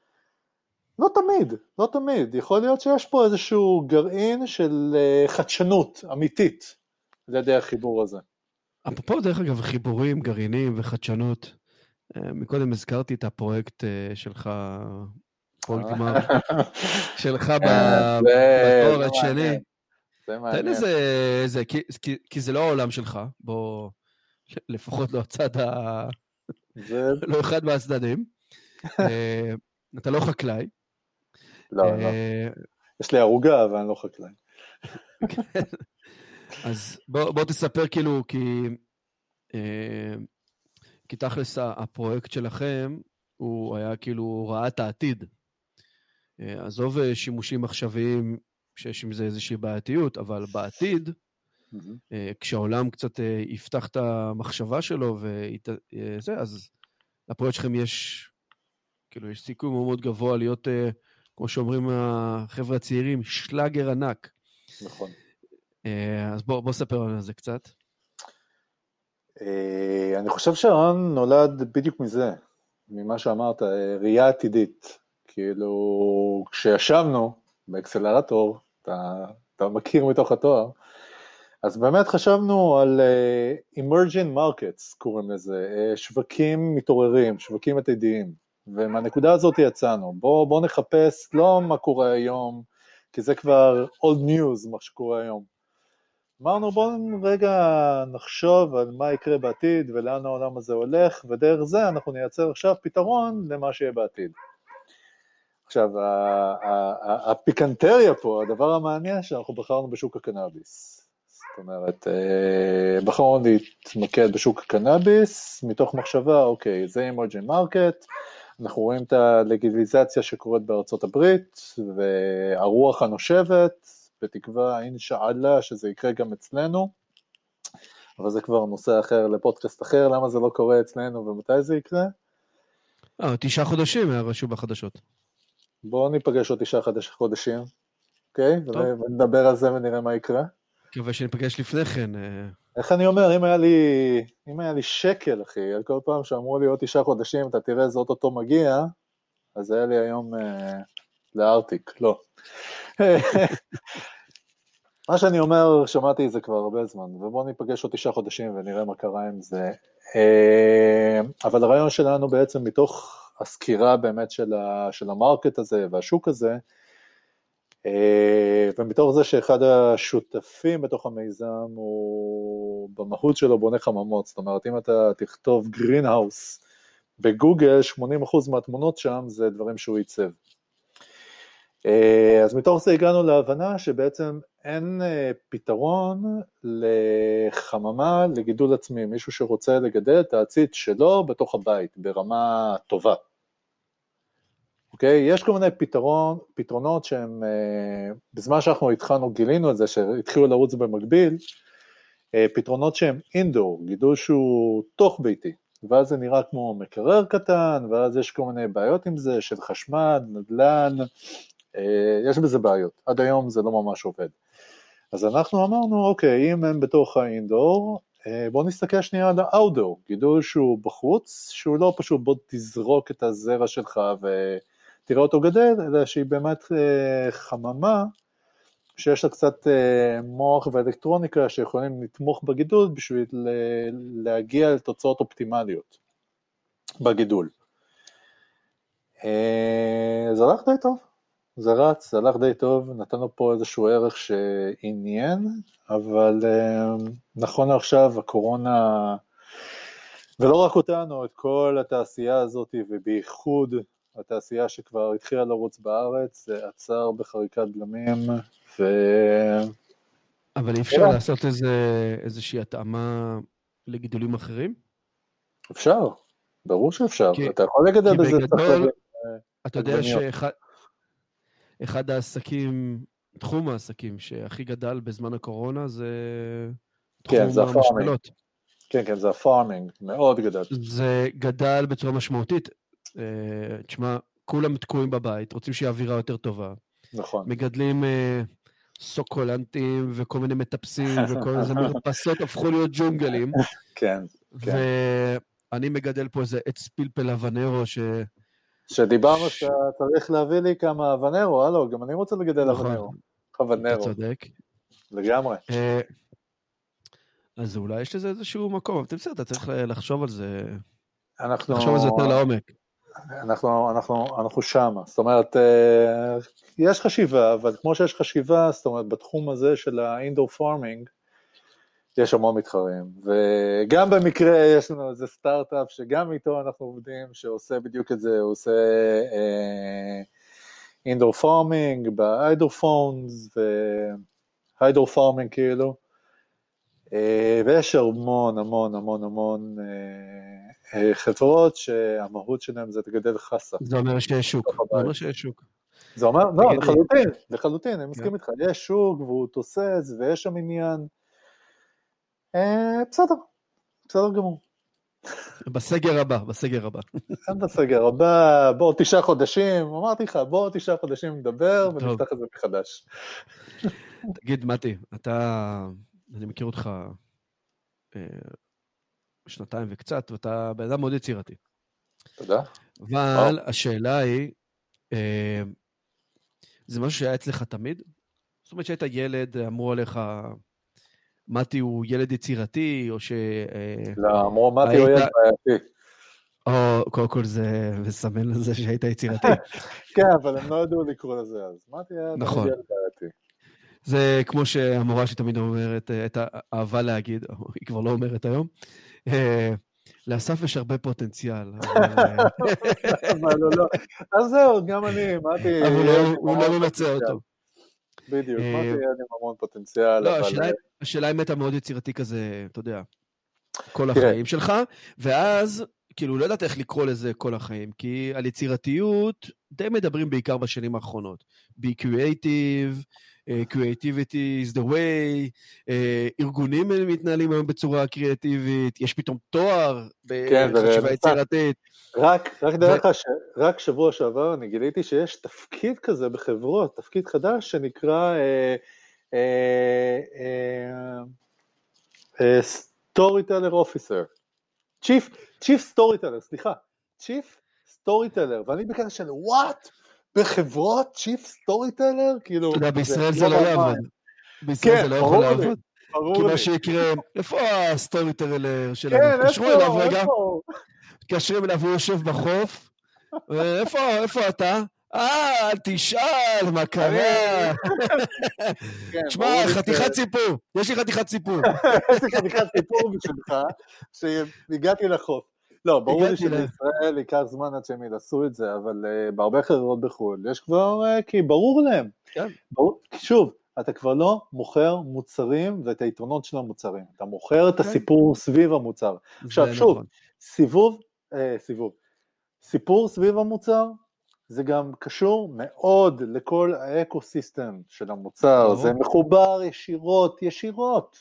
B: לא תמיד. יכול להיות שיש פה איזשהו גרעין של חדשנות אמיתית, לידי החיבור הזה.
A: אפרופו דרך אגב, חיבורים, גרעינים וחדשנות, מקודם הזכרתי את הפרויקט שלך, פרויקט גמר, שלך בתואר השני. תן איזה, כי זה לא העולם שלך, בוא לפחות לא הצד
B: זה...
A: לא אחד מהצדדים. אתה לא חקלאי.
B: לא, לא. יש לי ערוגה, אבל אני לא חקלאי.
A: אז בוא תספר כאילו, כי תכלס הפרויקט שלכם, הוא היה כאילו רעת העתיד. עזוב שימושים עכשוויים, שיש עם זה איזושהי בעייתיות, אבל בעתיד, כשהעולם קצת יפתח את המחשבה שלו, אז לפרויקט שלכם יש סיכוי מאוד מאוד גבוה להיות, כמו שאומרים החבר'ה הצעירים, שלאגר ענק.
B: נכון.
A: אז בוא ספר על זה קצת.
B: אני חושב שהרעיון נולד בדיוק מזה, ממה שאמרת, ראייה עתידית. כאילו, כשישבנו באקסלרטור, אתה מכיר מתוך התואר, אז באמת חשבנו על emerging markets, קוראים לזה, שווקים מתעוררים, שווקים עתידיים, ומהנקודה הזאת יצאנו. בוא נחפש לא מה קורה היום, כי זה כבר old news, מה שקורה היום. אמרנו בואו רגע נחשוב על מה יקרה בעתיד ולאן העולם הזה הולך, ודרך זה אנחנו נייצר עכשיו פתרון למה שיהיה בעתיד. עכשיו, הפיקנטריה פה, הדבר המעניין שאנחנו בחרנו בשוק הקנאביס. זאת אומרת, בחרנו להתמקד בשוק הקנאביס, מתוך מחשבה, אוקיי, זה emerging market, אנחנו רואים את הלגליזציה שקורית בארצות הברית, והרוח הנושבת, בתקווה, אינשאללה, שזה יקרה גם אצלנו, אבל זה כבר נושא אחר לפודקאסט אחר, למה זה לא קורה אצלנו ומתי זה יקרה?
A: 9 חודשים היה רשום בחדשות.
B: בואו ניפגש עוד 9 חודשים, אוקיי? ונדבר על זה ונראה מה יקרה.
A: מקווה שניפגש לפני כן.
B: איך אני אומר, אם היה לי שקל, אחי, על כל פעם שאמרו לי עוד 9 חודשים, אתה תראה זה אותו מגיע, אז היה לי היום לארטיק, לא. מה שאני אומר, שמעתי את זה כבר הרבה זמן, ובואו ניפגש עוד 9 חודשים ונראה מה קרה עם זה. אבל הרעיון שלנו בעצם מתוך הסקירה באמת של המרקט הזה והשוק הזה, ומתוך זה שאחד השותפים בתוך המיזם הוא במהות שלו בונה חממות, זאת אומרת אם אתה תכתוב greenhouse בגוגל, 80% מהתמונות שם זה דברים שהוא ייצב. אז מתוך זה הגענו להבנה שבעצם אין פתרון לחממה לגידול עצמי, מישהו שרוצה לגדל את העציץ שלו בתוך הבית ברמה טובה. אוקיי? יש כל מיני פתרונות שהם, בזמן שאנחנו התחלנו, גילינו את זה, שהתחילו לרוץ במקביל, פתרונות שהם אינדור, גידול שהוא תוך ביתי, ואז זה נראה כמו מקרר קטן, ואז יש כל מיני בעיות עם זה, של חשמל, נדלן, יש בזה בעיות, עד היום זה לא ממש עובד. אז אנחנו אמרנו, אוקיי, אם הם בתוך האינדור, בואו נסתכל שנייה על האוטדור, גידול שהוא בחוץ, שהוא לא פשוט בוא תזרוק את הזרע שלך ותראה אותו גדל, אלא שהיא באמת חממה, שיש לה קצת מוח ואלקטרוניקה שיכולים לתמוך בגידול בשביל להגיע לתוצאות אופטימליות בגידול. זה הלך די טוב. זה רץ, זה הלך די טוב, נתנו פה איזשהו ערך שעניין, אבל נכון עכשיו הקורונה, ולא רק אותנו, את כל התעשייה הזאת, ובייחוד התעשייה שכבר התחילה לרוץ בארץ, זה עצר בחריקת בלמים,
A: אבל אי אפשר לעשות איזושהי התאמה לגידולים אחרים?
B: אפשר, ברור שאפשר, אתה יכול לגדל בזה
A: בגדול, אתה יודע אחד העסקים, תחום העסקים שהכי גדל בזמן הקורונה זה תחום המשקלות.
B: כן, זה הפארמינג, מאוד גדל.
A: זה גדל בצורה משמעותית. תשמע, כולם תקועים בבית, רוצים שיהיה אווירה יותר טובה.
B: נכון.
A: מגדלים סוקולנטים וכל מיני מטפסים וכל איזה מרפסות הפכו להיות ג'ונגלים.
B: כן.
A: ואני מגדל פה איזה עץ פלפל אבנרו
B: שדיברנו שאתה צריך להביא לי כמה אבנרו, הלו, גם אני רוצה לגדל אבנרו.
A: אתה צודק.
B: לגמרי.
A: אז אולי יש לזה איזשהו מקום, אבל בסדר, אתה צריך לחשוב על זה,
B: לחשוב
A: על זה יותר לעומק.
B: אנחנו שמה, זאת אומרת, יש חשיבה, אבל כמו שיש חשיבה, זאת אומרת, בתחום הזה של האינדור פארמינג, יש המון מתחרים, וגם במקרה יש לנו איזה סטארט-אפ שגם איתו אנחנו עובדים, שעושה בדיוק את זה, הוא עושה אינדור פארמינג בהיידרופונס, והיידור פארמינג כאילו, ויש המון המון המון המון חברות שהמהות שלהם זה לגדל חסה.
A: זה אומר שיש שוק, זה אומר שיש שוק.
B: זה אומר, לא, לחלוטין, אני מסכים איתך, יש שוק והוא תוסס ויש שם עניין, בסדר גמור.
A: בסגר הבא.
B: בסגר הבא, בואו 9 חודשים, אמרתי לך, בואו 9 חודשים נדבר ונפתח את זה מחדש.
A: תגיד, מתי, אני מכיר אותך 2 וקצת, ואתה בן אדם מאוד יצירתי.
B: תודה.
A: אבל השאלה היא, זה משהו שהיה אצלך תמיד? זאת אומרת שהיית ילד, אמרו עליך, מתי הוא ילד יצירתי, או ש...
B: לא, אמרו מתי הוא ילד בעייתי.
A: קודם כל זה מסמן לזה שהיית יצירתי.
B: כן, אבל הם לא ידעו לקרוא לזה אז. מתי היה תמיד ילד בעייתי.
A: זה כמו שהמורה שתמיד אומרת, את האהבה להגיד, היא כבר לא אומרת היום, לאסף יש הרבה פוטנציאל.
B: אבל לא. אז זהו, גם אני, מתי...
A: אבל הוא לא ממצא אותו.
B: בדיוק, מתי ילד עם המון פוטנציאל.
A: לא, השאלה אם אתה מאוד יצירתי כזה, אתה יודע, כל החיים שלך, ואז, כאילו, לא יודעת איך לקרוא לזה כל החיים, כי על יצירתיות די מדברים בעיקר בשנים האחרונות. Be creative, creativity is the way, ארגונים מתנהלים היום בצורה קריאטיבית, יש פתאום תואר בחשיבה יצירתית.
B: רק שבוע שעבר אני גיליתי שיש תפקיד כזה בחברות, תפקיד חדש שנקרא Storyteller Officer. Chief Storyteller, סליחה. Chief Storyteller, ואני בקטע של what? בחברות Chief Storyteller? כאילו...
A: אתה יודע, בישראל זה לא יעבוד. בישראל זה לא יכול לעבוד. כי מה שיקרה, איפה הסטוריטלר שלנו?
B: כן,
A: תקשרו אליו רגע. תקשרים אליו, הוא יושב בחוף. איפה אתה? אל תשאל, מה קרה? תשמע, חתיכת סיפור. יש לי חתיכת סיפור.
B: יש לי חתיכת סיפור בשבילך, שהגעתי לחוף. לא, ברור לי שבישראל ייקח זמן עד שהם ינסו את זה, אבל בהרבה חברות בחו"ל, יש כבר, כי ברור להם. שוב, אתה כבר לא מוכר מוצרים ואת היתרונות של המוצרים, אתה מוכר את הסיפור סביב המוצר. עכשיו, שוב, סיפור סביב המוצר, זה גם קשור מאוד לכל האקוסיסטם של המוצר, זה מחובר ישירות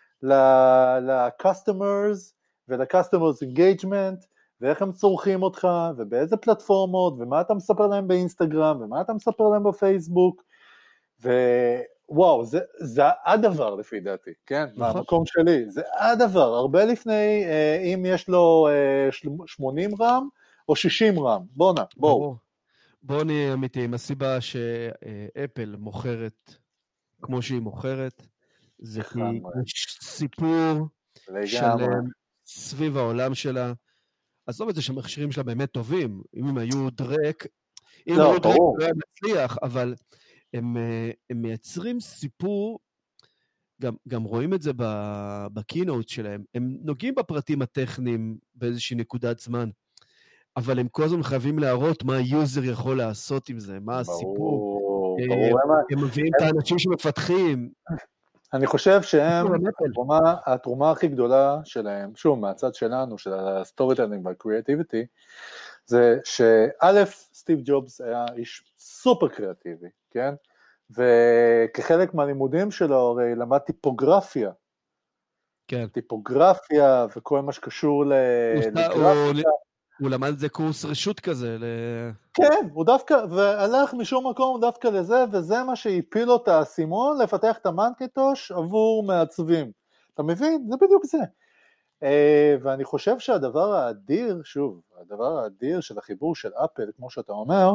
B: ל-customers ול-customers engagement, ואיך הם צורכים אותך, ובאיזה פלטפורמות, ומה אתה מספר להם באינסטגרם, ומה אתה מספר להם בפייסבוק, ווואו, זה הדבר לפי דעתי, כן? מהמקום שלי, זה הדבר, הרבה לפני, אם יש לו 80 רם, או 60 רם, בואו.
A: בואו נהיה אמיתיים, הסיבה שאפל מוכרת כמו שהיא מוכרת, זה כי יש סיפור שלם סביב העולם שלה, אז לא את זה שהמכשירים שלה באמת טובים, אם הם היו דרק, לא היה מצליח, אבל הם מייצרים סיפור, גם רואים את זה בקינוט שלהם, הם נוגעים בפרטים הטכניים באיזושהי נקודת זמן, אבל הם כל הזמן חייבים להראות מה היוזר יכול לעשות עם זה, מה הסיפור. הם מביאים את האנשים שמפתחים.
B: אני חושב שהם, התרומה הכי גדולה שלהם, שוב, מהצד שלנו, של הסטוריטלינג והקריאטיביטי, זה שא', סטיב ג'ובס היה איש סופר קריאטיבי, כן? וכחלק מהלימודים שלו, הרי למד טיפוגרפיה.
A: כן.
B: טיפוגרפיה וכל מה שקשור לגרפיה.
A: הוא למד את זה קורס רשות כזה.
B: כן, הוא דווקא, והלך משום מקום דווקא לזה, וזה מה שהפיל לו את האסימון, לפתח את המנקינטוש עבור מעצבים. אתה מבין? זה בדיוק זה. ואני חושב שהדבר האדיר, שוב, הדבר האדיר של החיבור של אפל, כמו שאתה אומר,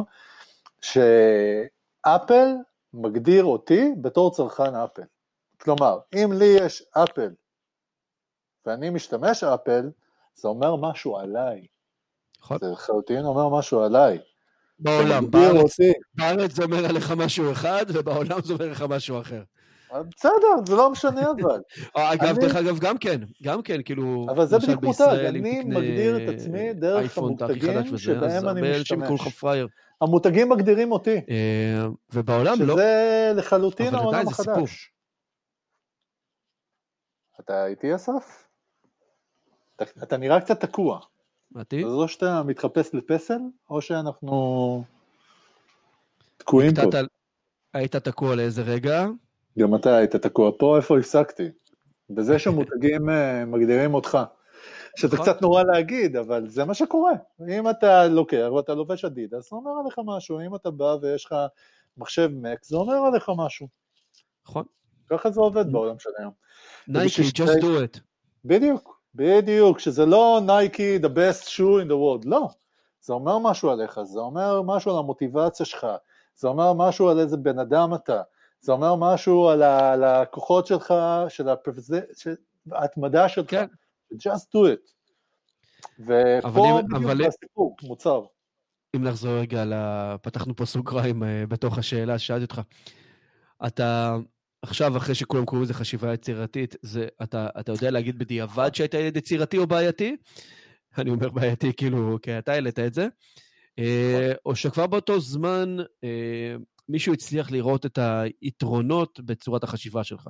B: שאפל מגדיר אותי בתור צרכן אפל. כלומר, אם לי יש אפל, ואני משתמש אפל, זה אומר משהו עליי. זה לחלוטין אומר משהו עליי.
A: בעולם, בארץ זה אומר עליך משהו אחד, ובעולם זה אומר עליך משהו אחר.
B: בסדר, זה לא משנה אבל.
A: אגב, דרך אגב, גם כן, כאילו,
B: אבל זה בדיוק מותג, אני
A: תקנה
B: מגדיר את עצמי דרך
A: אייפון, הכי חדש
B: המותגים
A: וזה,
B: שבהם
A: אז
B: אני
A: הרבה אנשים יקראו לך
B: משתמש.
A: פרייר.
B: המותגים מגדירים אותי.
A: ובעולם לא.
B: שזה לחלוטין
A: אבל
B: העולם
A: עדיין זה סיפור.
B: החדש. אתה איתי אסף? אתה נראה קצת תקוע.
A: מתי?
B: אז או שאתה מתחפש לפסל, או שאנחנו תקועים פה.
A: היית תקוע לאיזה רגע?
B: גם אתה היית תקוע פה, איפה הפסקתי? בזה שמותגים מגדירים אותך. שזה קצת נורא להגיד, אבל זה מה שקורה. אם אתה לוקח ואתה לובש אדידס, זה אומר עליך משהו. אם אתה בא ויש לך מחשב מק, זה אומר עליך משהו.
A: נכון.
B: ככה זה עובד בעולם של היום.
A: נייקי, just do it.
B: בדיוק, שזה לא נייקי, the best shoe in the world, לא. זה אומר משהו עליך, זה אומר משהו על המוטיבציה שלך, זה אומר משהו על איזה בן אדם אתה, זה אומר משהו על הכוחות שלך, של ההתמדה שלך. כן. just do it. ופה בדיוק בסיפור, מוצר.
A: אם נחזור רגע, פתחנו פה סוגריים בתוך השאלה ששאלתי אותך. אתה עכשיו, אחרי שכולם קוראים לזה חשיבה יצירתית, אתה יודע להגיד בדיעבד שהיית ילד יצירתי או בעייתי? אני אומר בעייתי, כאילו, כי אתה העלית את זה. או שכבר באותו זמן מישהו הצליח לראות את היתרונות בצורת החשיבה שלך?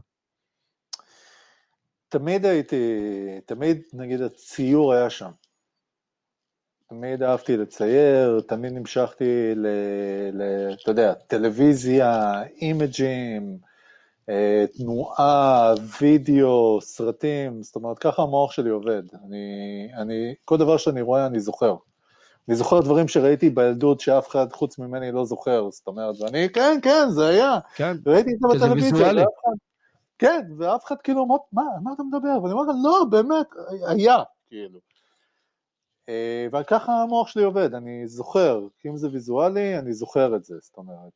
B: תמיד נגיד הציור היה שם. תמיד אהבתי לצייר, תמיד נמשכתי אתה יודע, טלוויזיה, אימג'ים, תנועה, וידאו, סרטים, זאת אומרת, ככה המוח שלי עובד. כל דבר שאני רואה אני זוכר. אני זוכר דברים שראיתי בילדות שאף אחד חוץ ממני לא זוכר, זאת אומרת, ואני, כן, זה היה.
A: כן,
B: ראיתי את זה בטלוויזיה,
A: כן,
B: ואף אחד כאילו, מה אתה מדבר? ואני אומר, לא, באמת, היה, כאילו. וככה המוח שלי עובד, אני זוכר, כי אם זה ויזואלי, אני זוכר את זה, זאת אומרת.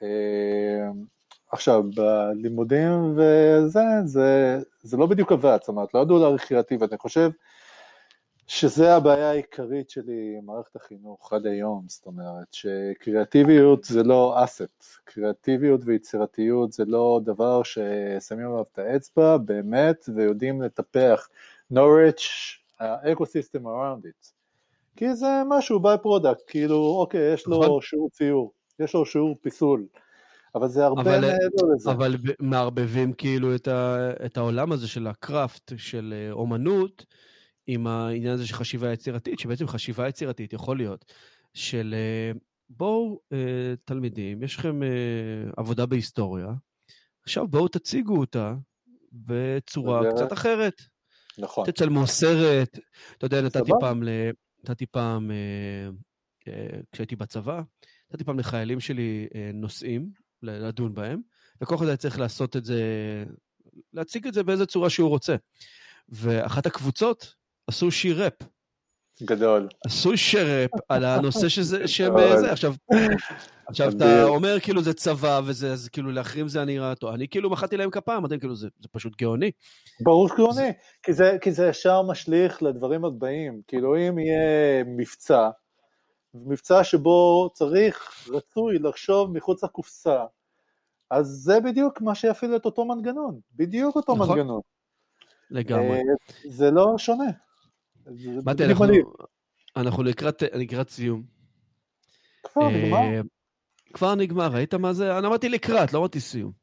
B: עכשיו, בלימודים זה לא בדיוק עבד, זאת אומרת, לא ידעו להעריך קריאטיביות, אני חושב שזה הבעיה העיקרית שלי עם מערכת החינוך עד היום, זאת אומרת, שקריאטיביות זה לא אסט, קריאטיביות ויצירתיות זה לא דבר ששמים עליו את האצבע, באמת, ויודעים לטפח, nourish, ecosystem around it. כי זה משהו ביי פרודקט, כאילו, אוקיי, יש לו שיעור ציור, יש לו שיעור פיסול, אבל זה הרבה מעבר לזה.
A: אבל מערבבים כאילו את העולם הזה של הקראפט, של אומנות, עם העניין הזה של חשיבה יצירתית, שבעצם חשיבה יצירתית יכול להיות של בואו תלמידים, יש לכם עבודה בהיסטוריה, עכשיו בואו תציגו אותה בצורה קצת אחרת.
B: נכון.
A: תצלמו סרט, אתה יודע, נתתי פעם, כשהייתי בצבא, נתתי פעם לחיילים שלי נושאים, לדון בהם, וכל אחד היה צריך לעשות את זה, להציג את זה באיזה צורה שהוא רוצה. ואחת הקבוצות עשו שיר ראפ.
B: גדול.
A: עשו שיר ראפ על הנושא שהם זה. עכשיו אתה אומר כאילו זה צבא, וזה, אז כאילו לאחרים זה אני נראה טוב. אני כאילו מחאתי להם כפיים, אתם כאילו זה פשוט גאוני.
B: ברור גאוני, כי זה ישר משליך לדברים הבאים. כאילו אם יהיה מבצע שבו צריך, רצוי, לחשוב מחוץ לקופסה, אז זה בדיוק מה שיפעיל את אותו מנגנון. בדיוק אותו מנגנון.
A: לגמרי.
B: זה לא שונה.
A: מתי, אנחנו לקראת סיום.
B: כבר נגמר?
A: כבר נגמר, ראית מה זה? אני אמרתי לקראת, לא אמרתי סיום.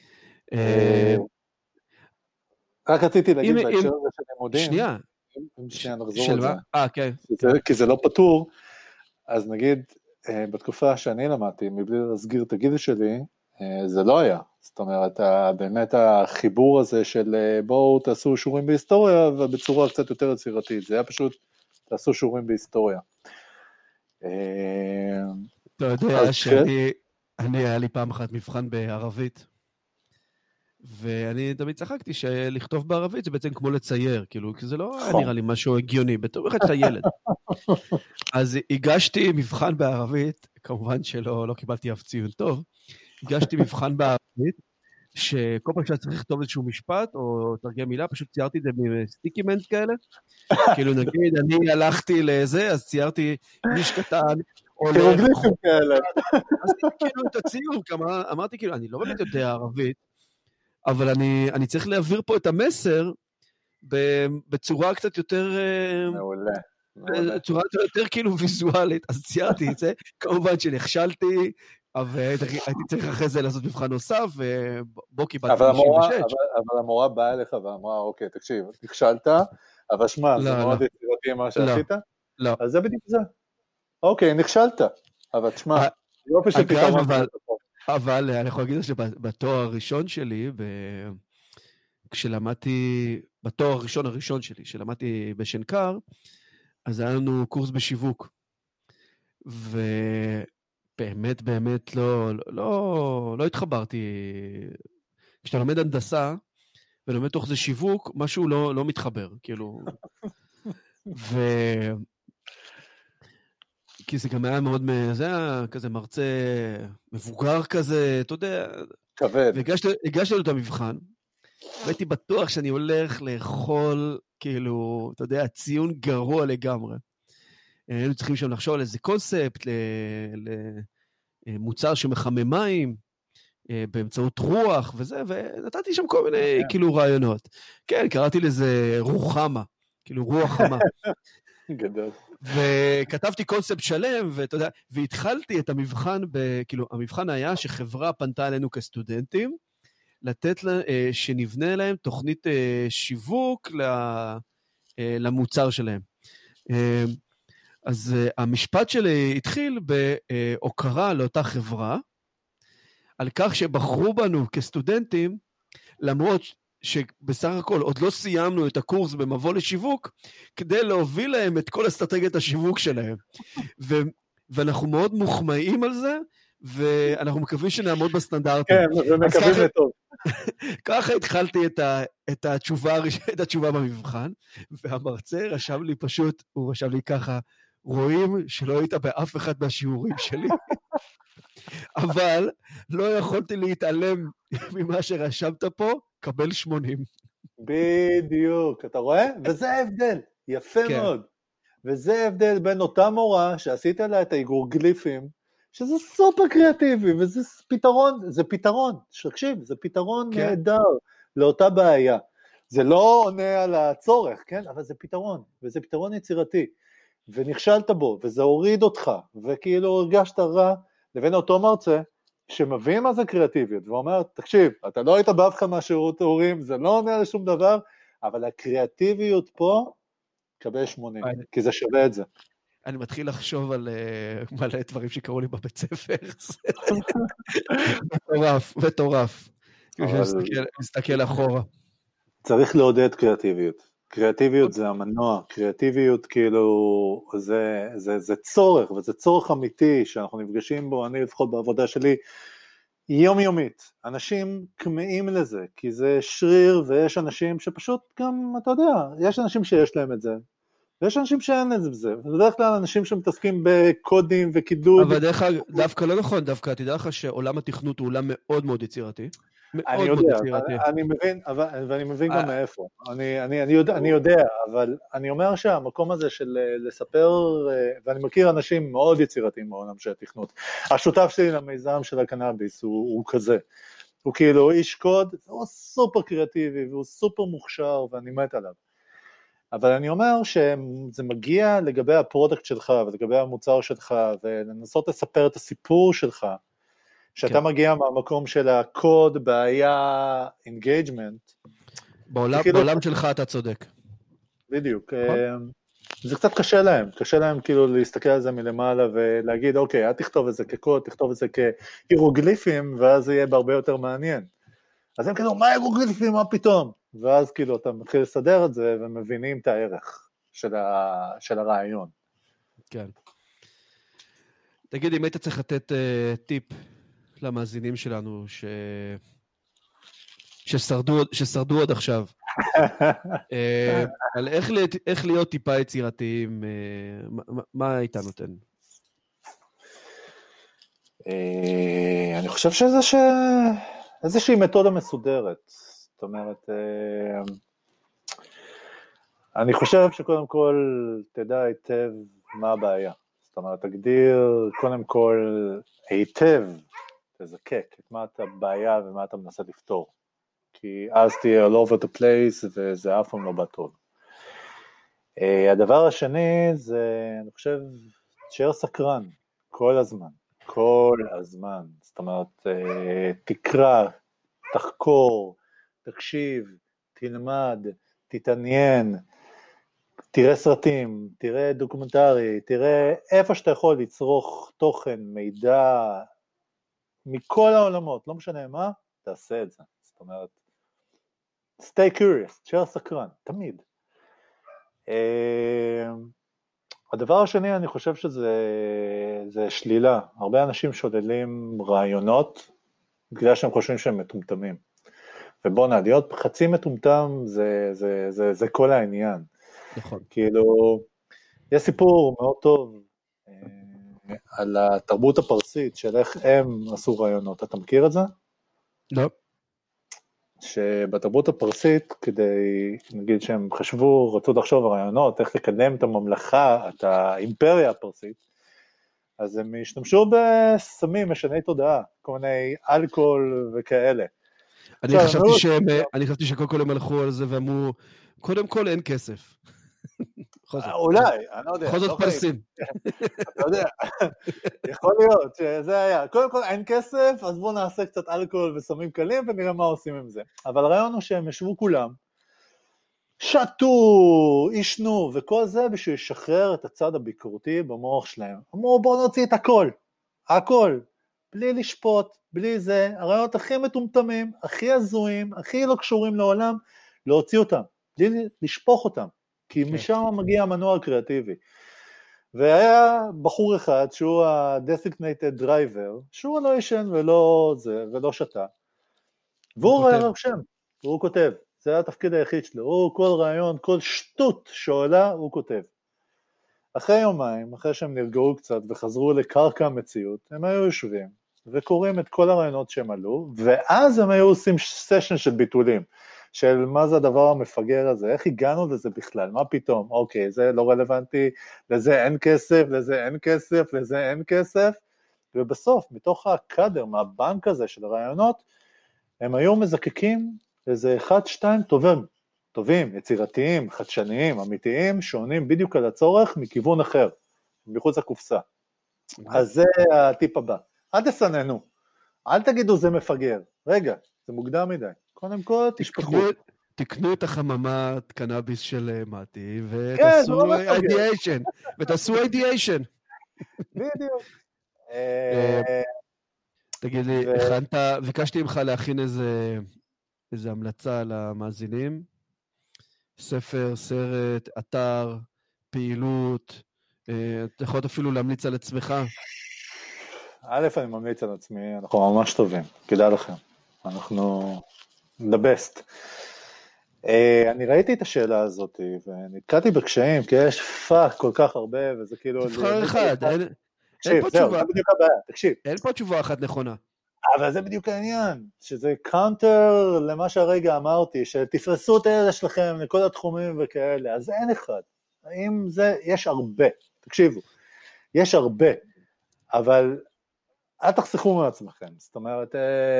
B: רק רציתי להגיד בהקשר הזה של לימודים.
A: שנייה.
B: שנייה נחזור על זה.
A: כן.
B: כי זה לא פתור, אז נגיד, בתקופה שאני למדתי, מבלי להסגיר את הגיל שלי, זה לא היה. זאת אומרת, באמת החיבור הזה של בואו תעשו שיעורים בהיסטוריה, ובצורה קצת יותר יצירתית. זה היה פשוט, תעשו שיעורים בהיסטוריה.
A: אתה יודע שאני היה לי פעם אחת מבחן בערבית, ואני תמיד צחקתי שלכתוב בערבית זה בעצם כמו לצייר, כאילו, כי זה לא נראה לי משהו הגיוני, בתור אחד שאתה ילד. אז הגשתי מבחן בערבית, כמובן שלא קיבלתי אף ציון טוב, הגשתי מבחן בערבית, שכל פעם שאתה צריך לכתוב איזשהו משפט, או תרגם מילה, פשוט ציירתי את זה מסטיקי-מנט כאלה, כאילו נגיד, אני הלכתי לזה, אז ציירתי איש קטן,
B: הירוגליפים כאלה.
A: אז כאילו את הציור, אמרתי כאילו, אני לא באמת יודע ערבית, אבל אני צריך להעביר פה את המסר בצורה קצת יותר...
B: מעולה.
A: בצורה יותר כאילו ויזואלית, אז ציירתי את זה, כמובן שנכשלתי, אבל הייתי צריך אחרי זה לעשות מבחן נוסף, ובו קיבלתי 96.
B: אבל המורה באה אליך ואמרה, אוקיי, תקשיב, נכשלת, אבל שמע, זה מאוד יצירתי מה שעשית?
A: לא.
B: אז זה בדיוק זה. אוקיי, נכשלת, אבל תשמע, יופי של פתרון.
A: אבל אני יכול להגיד שבתואר הראשון שלי, כשלמדתי, בתואר הראשון שלי, שלמדתי בשנקר, אז היה לנו קורס בשיווק, ובאמת, באמת לא התחברתי. כשאתה לומד הנדסה, ולומד תוך זה שיווק, משהו לא מתחבר, כאילו. כי זה גם היה מאוד, זה היה כזה מרצה מבוגר כזה, אתה יודע.
B: כבד.
A: והגשתי לו את המבחן, והייתי בטוח שאני הולך לאכול, כאילו, אתה יודע, ציון גרוע לגמרי. היינו צריכים שם לחשוב על איזה קונספט, למוצר שמחמם מים, באמצעות רוח וזה, ונתתי שם כל מיני כאילו רעיונות. כן, קראתי לזה רוחמה, כאילו רוח חמה.
B: גדול.
A: וכתבתי קונספט שלם, ואתה יודע, והתחלתי את המבחן, כאילו, המבחן היה שחברה פנתה אלינו כסטודנטים, לתת לה, שנבנה להם תוכנית שיווק למוצר שלהם. אז המשפט שלי התחיל בהוקרה לאותה חברה, על כך שבחרו בנו כסטודנטים, למרות שבסך הכל עוד לא סיימנו את הקורס במבוא לשיווק, כדי להוביל להם את כל אסטרטגיית השיווק שלהם. ואנחנו מאוד מוחמאים על זה, ואנחנו מקווים שנעמוד בסטנדרטים.
B: כן, ומקווים לטוב.
A: ככה התחלתי את התשובה במבחן, והמרצה רשם לי פשוט, הוא רשם לי ככה, רואים שלא היית באף אחד מהשיעורים שלי, אבל לא יכולתי להתעלם ממה שרשמת פה, קבל 80.
B: בדיוק, אתה רואה? וזה ההבדל, יפה מאוד. וזה ההבדל בין אותה מורה שעשית לה את ההיגרוגליפים, שזה סופר קריאטיבי, וזה פתרון, תקשיב, זה פתרון נהדר לאותה בעיה. זה לא עונה על הצורך, כן? אבל זה פתרון, וזה פתרון יצירתי. ונכשלת בו, וזה הוריד אותך, וכאילו הרגשת רע, לבין אותו מרצה, שמבין מה זה קריאטיביות, ואומר, תקשיב, אתה לא היית באף אחד מהשירות ההורים, זה לא עונה לשום דבר, אבל הקריאטיביות פה, קבל 80, כי זה שווה את זה.
A: אני מתחיל לחשוב על מלא דברים שקראו לי בבית ספר. מטורף. מסתכל אחורה.
B: צריך לעודד קריאטיביות. קריאטיביות זה המנוע, קריאטיביות כאילו זה צורך, וזה צורך אמיתי שאנחנו נפגשים בו, אני לפחות בעבודה שלי, יומיומית. אנשים כמאים לזה, כי זה שריר, ויש אנשים שפשוט גם, אתה יודע, יש אנשים שיש להם את זה, ויש אנשים שאין את זה, ובדרך כלל אנשים שמתעסקים בקודים וקידוד.
A: אבל דווקא לא נכון, דווקא תדע לך שעולם התכנות הוא עולם מאוד מאוד יצירתי.
B: אני יודע, אני מבין, ואני מבין גם מאיפה. אני יודע, אבל אני אומר שהמקום הזה של לספר, ואני מכיר אנשים מאוד יצירתיים בעולם של התכנות. השותף שלי למיזם של הקנאביס הוא כזה. הוא כאילו איש קוד, הוא סופר קריאטיבי, והוא סופר מוכשר, ואני מת עליו. אבל אני אומר שזה מגיע לגבי הפרודקט שלך, ולגבי המוצר שלך, ולנסות לספר את הסיפור שלך, שאתה מגיע מהמקום של הקוד, בעיה, אינגייג'מנט.
A: בעולם שלך אתה צודק.
B: בדיוק. זה קצת קשה להם כאילו להסתכל על זה מלמעלה, ולהגיד, אוקיי, אל תכתוב את זה כקוד, תכתוב את זה כהירוגליפים, ואז זה יהיה בהרבה יותר מעניין. אז הם כאילו, מה הירוגליפים, מה פתאום? ואז כאילו אתה מתחיל לסדר את זה, ומבינים את הערך של הרעיון. כן.
A: תגיד, אם היית צריך לתת טיפ למאזינים שלנו ששרדו עד עכשיו, על איך להיות טיפה יצירתיים, מה היית נותן?
B: אני חושב איזושהי מתודה מסודרת. זאת אומרת, אני חושב שקודם כל תדע היטב מה הבעיה. זאת אומרת, תגדיר קודם כל היטב, תזקק את מה אתה בעיה ומה אתה מנסה לפתור. כי אז תהיה all over the place, וזה אף פעם לא בא טוב. הדבר השני זה, אני חושב, תשאר סקרן, כל הזמן, כל הזמן. זאת אומרת, תקרא, תחקור, תקשיב, תלמד, תתעניין, תראה סרטים, תראה דוקומנטרי, תראה איפה שאתה יכול לצרוך תוכן, מידע, מכל העולמות, לא משנה מה, תעשה את זה. זאת אומרת, stay curious, תשאר סקרן, תמיד. הדבר השני, אני חושב שזה שלילה. הרבה אנשים שוללים רעיונות, בגלל שהם חושבים שהם מטומטמים. ובוא להיות חצי מטומטם, זה כל העניין.
A: נכון.
B: כאילו, יש סיפור מאוד טוב על התרבות הפרסית, של איך הם עשו רעיונות. אתה מכיר את זה?
A: לא.
B: שבתרבות הפרסית, כדי, נגיד שהם חשבו, רצו לחשוב רעיונות, איך לקדם את הממלכה, את האימפריה הפרסית, אז הם השתמשו בסמים, משני תודעה, כל מיני אלכוהול וכאלה.
A: אני חשבתי שקודם כל הם הלכו על זה ואמרו, קודם כל אין כסף.
B: אולי, אני לא יודע.
A: בכל זאת פרסים.
B: אתה יודע, יכול להיות שזה היה. קודם כל אין כסף, אז בואו נעשה קצת אלכוהול וסמים קלים ונראה מה עושים עם זה. אבל הרעיון הוא שהם ישבו כולם, שתו, ישנו וכל זה בשביל לשחרר את הצד הביקורתי במוח שלהם. אמרו בואו נוציא את הכל, הכל, בלי לשפוט, בלי זה, הרעיונות הכי מטומטמים, הכי הזויים, הכי לא קשורים לעולם, להוציא אותם, בלי לשפוך אותם. כי משם מגיע המנוע הקריאטיבי. והיה בחור אחד שהוא ה-designated driver, שהוא לא ישן ולא שתה. והוא רושם, והוא כותב, זה היה התפקיד היחיד שלו, הוא כל רעיון, כל שטות שעולה, הוא כותב. אחרי יומיים, אחרי שהם נרגעו קצת וחזרו לקרקע המציאות, הם היו יושבים וקוראים את כל הרעיונות שהם עלו, ואז הם היו עושים סשן של ביטולים. של מה זה הדבר המפגר הזה, איך הגענו לזה בכלל, מה פתאום, אוקיי, זה לא רלוונטי, לזה אין כסף, לזה אין כסף, לזה אין כסף, ובסוף, מתוך הקדר, מהבנק הזה של הרעיונות, הם היו מזקקים איזה 1-2 טובים, יצירתיים, חדשניים, אמיתיים, שעונים בדיוק על הצורך מכיוון אחר, מחוץ לקופסה. אז זה הטיפ הבא, אל תסננו, אל תגידו זה מפגר, רגע, זה מוקדם מדי. קודם כל, תשפחו.
A: תקנו את החממת קנאביס של מתי, ותעשו אידיאשן.
B: בדיוק.
A: תגיד לי, ביקשתי ממך להכין איזה המלצה למאזינים, ספר, סרט, אתר, פעילות, אתה יכול אפילו להמליץ על עצמך?
B: א', אני ממליץ על עצמי, אנחנו ממש טובים, כדאי לכם. אנחנו the best. אני ראיתי את השאלה הזאת, ונתקעתי בקשיים, כי יש פאק כל כך הרבה, וזה כאילו...
A: תבחר אחד, אין פה תשובה.
B: תקשיב.
A: אין פה תשובה אחת נכונה.
B: אבל זה בדיוק העניין, שזה קאונטר למה שהרגע אמרתי, שתפרסו את הידע שלכם לכל התחומים וכאלה, אז אין אחד. האם זה, יש הרבה, תקשיבו, יש הרבה, אבל אל תחסכו מעצמכם, זאת אומרת...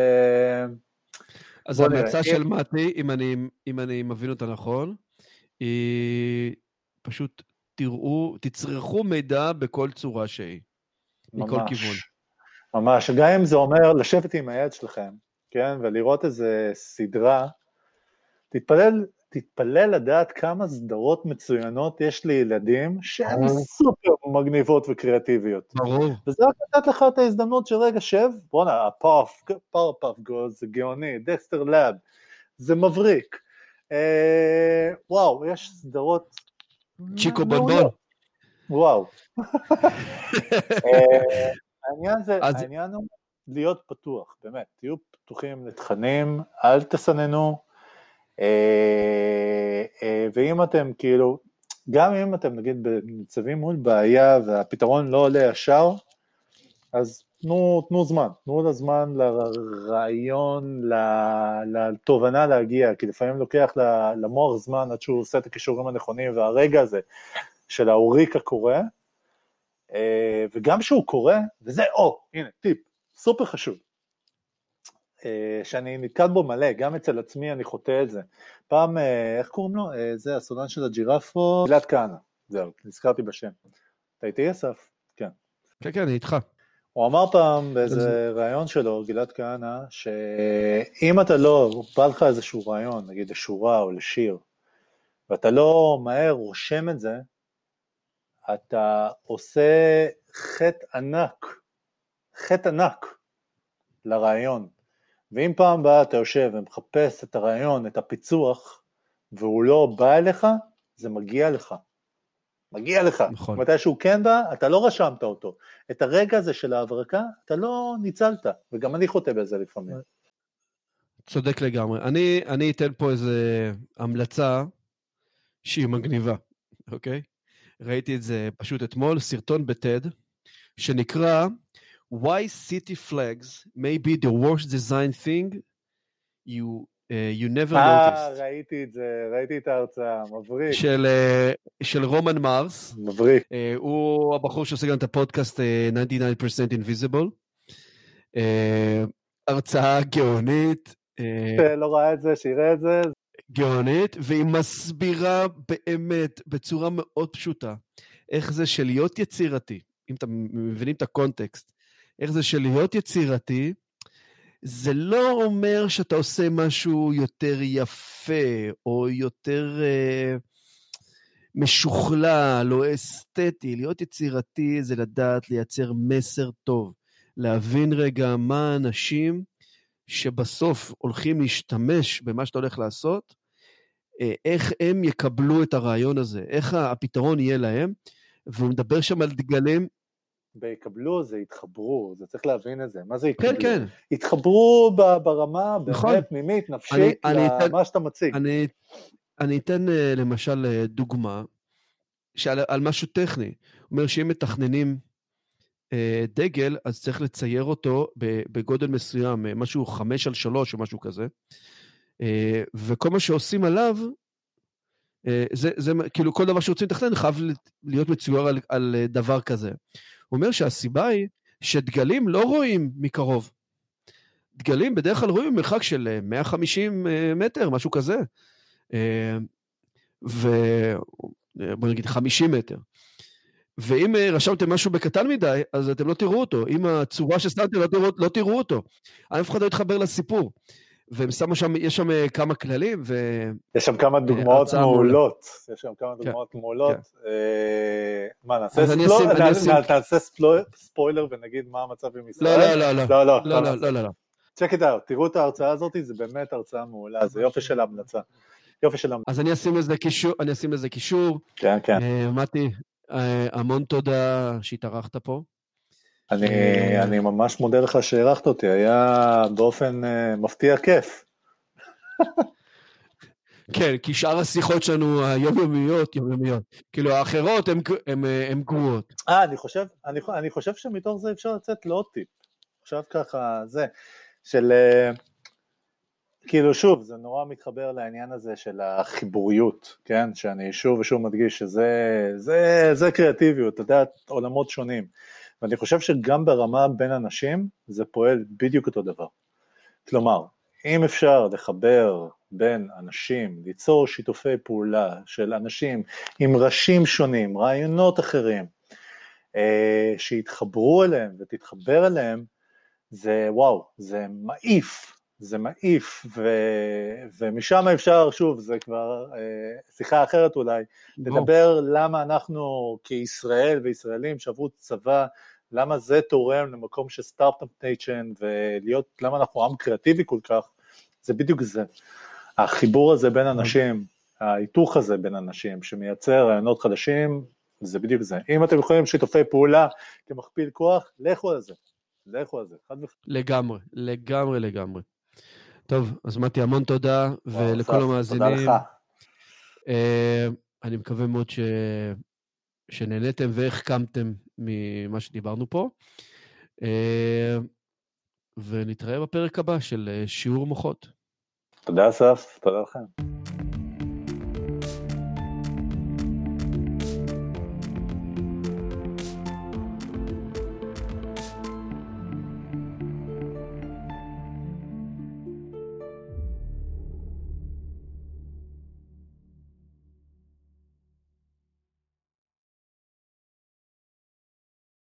A: אז ההמלצה של מתי, אם אני מבין אותה נכון, היא פשוט תצרכו מידע בכל צורה שהיא, מכל כיוון.
B: ממש, גם אם זה אומר לשבת עם היד שלכם, כן, ולראות איזה סדרה, תתפלל לדעת כמה סדרות מצוינות יש לילדים, שהן סופר מגניבות וקריאטיביות.
A: ברור.
B: וזה רק לתת לך את ההזדמנות של רגע שב, בוא'נה, פאורפאף גוז, זה גאוני, דקסטר לאב, זה מבריק. וואו, יש סדרות...
A: צ'יקו בונבון.
B: וואו. העניין הוא להיות פתוח, באמת, תהיו פתוחים לתכנים, אל תסננו, ואם אתם כאילו, גם אם אתם נגיד במצבים מול בעיה והפתרון לא עולה ישר, אז תנו זמן, תנו לזמן לרעיון, לתובנה להגיע, כי לפעמים לוקח למוח זמן עד שהוא עושה את הקישורים הנכונים, והרגע הזה של האוריק הקורא, וגם שהוא קורא, וזה, הנה, טיפ, סופר חשוב, שאני נתקל בו מלא, גם אצל עצמי אני חוטא את זה. פעם, איך קוראים לו? זה הסודן של הג'ירפו, גלעד כהנא, זהו, נזכרתי בשם. אתה איתי, אסף? כן.
A: כן, כן, אני איתך.
B: הוא אמר פעם באיזה רעיון שלו, גלעד כהנא, שאם אתה לא, בא לך איזשהו רעיון, נגיד לשורה או לשיר, ואתה לא מהר רושם את זה, אתה עושה חטא ענק לרעיון. ואם פעם באה אתה יושב ומחפש את הרעיון, את הפיצוח, והוא לא בא אליך, זה מגיע לך. מגיע לך.
A: נכון.
B: מתי שהוא כן בא, אתה לא רשמת אותו. את הרגע הזה של ההברקה, אתה לא ניצלת, וגם אני חוטא בזה לפעמים.
A: צודק לגמרי. אני אתן פה איזה המלצה שהיא מגניבה, אוקיי? ראיתי את זה פשוט אתמול, סרטון בטד, שנקרא Why City Flags may be the worst design thing you never noticed.
B: ראיתי את זה, ראיתי את ההרצאה, מבריק.
A: של רומן מרס.
B: מבריק.
A: הוא הבחור שעושה גם את הפודקאסט 99% Invisible. הרצאה גאונית.
B: לא ראה את זה, שיראה את זה.
A: גאונית, והיא מסבירה באמת בצורה מאוד פשוטה, איך זה של להיות יצירתי, אם אתם מבינים את הקונטקסט, איך זה של להיות יצירתי, זה לא אומר שאתה עושה משהו יותר יפה, או יותר משוכלל, או אסתטי. להיות יצירתי זה לדעת לייצר מסר טוב, להבין רגע מה האנשים שבסוף הולכים להשתמש במה שאתה הולך לעשות, איך הם יקבלו את הרעיון הזה, איך הפתרון יהיה להם, והוא מדבר שם על דגלים.
B: ויקבלו זה יתחברו, זה צריך להבין את זה, מה זה יקבלו?
A: כן, כן.
B: יתחברו ברמה,
A: נכון.
B: באמת פנימית, נפשית, למה שאתה מציג.
A: אני אתן למשל דוגמה, על משהו טכני, הוא אומר שאם מתכננים דגל, אז צריך לצייר אותו בגודל מסוים, משהו 5x3 או משהו כזה, וכל מה שעושים עליו, זה כאילו כל דבר שרוצים לתכנן חייב להיות מצויר על דבר כזה. הוא אומר שהסיבה היא שדגלים לא רואים מקרוב. דגלים בדרך כלל רואים במרחק של 150 מטר, משהו כזה. ובוא נגיד 50 מטר. ואם רשמתם משהו בקטן מדי, אז אתם לא תראו אותו. אם הצורה שסתמתם, לא תראו אותו. אף אחד לא יתחבר לסיפור. והם שמו שם, יש שם כמה כללים,
B: יש שם כמה דוגמאות מעולות. יש שם כמה דוגמאות מעולות. מה, נעשה ספוילר ונגיד מה המצב עם ישראל?
A: לא.
B: צ'ק את האוט, תראו את ההרצאה הזאת, זה באמת הרצאה מעולה, זה יופי של המלצה.
A: אז אני אשים לזה קישור.
B: כן, כן.
A: מתי, המון תודה שהתארחת פה.
B: אני ממש מודה לך שהערכת אותי, היה באופן מפתיע כיף.
A: כן, כי שאר השיחות שלנו היומיומיות, כאילו האחרות הן גרועות.
B: אני חושב שמתוך זה אפשר לצאת לעוד טיפ. עכשיו ככה, זה, של, כאילו שוב, זה נורא מתחבר לעניין הזה של החיבוריות, כן? שאני שוב ושוב מדגיש שזה קריאטיביות, אתה יודע, עולמות שונים. ואני חושב שגם ברמה בין אנשים, זה פועל בדיוק אותו דבר. כלומר, אם אפשר לחבר בין אנשים, ליצור שיתופי פעולה של אנשים עם ראשים שונים, רעיונות אחרים, שיתחברו אליהם ותתחבר אליהם, זה וואו, זה מעיף, ומשם אפשר, שוב, זה כבר שיחה אחרת אולי, לדבר למה אנחנו כישראל וישראלים שעברו צבא, למה זה תורם למקום של סטארט-אפ ניישן, ולהיות, למה אנחנו עם קריאטיבי כל כך, זה בדיוק זה. החיבור הזה בין אנשים, ההיתוך הזה בין אנשים, שמייצר רעיונות חדשים, זה בדיוק זה. אם אתם יכולים שיתופי פעולה כמכפיל כוח, לכו על זה.
A: לגמרי. טוב, אז מתי, המון תודה, ולכל המאזינים.
B: תודה לך.
A: אני מקווה מאוד שנהנתם והחכמתם ממה שדיברנו פה. ונתראה בפרק הבא של שיעור מוחות.
B: תודה אסף, תודה לכם.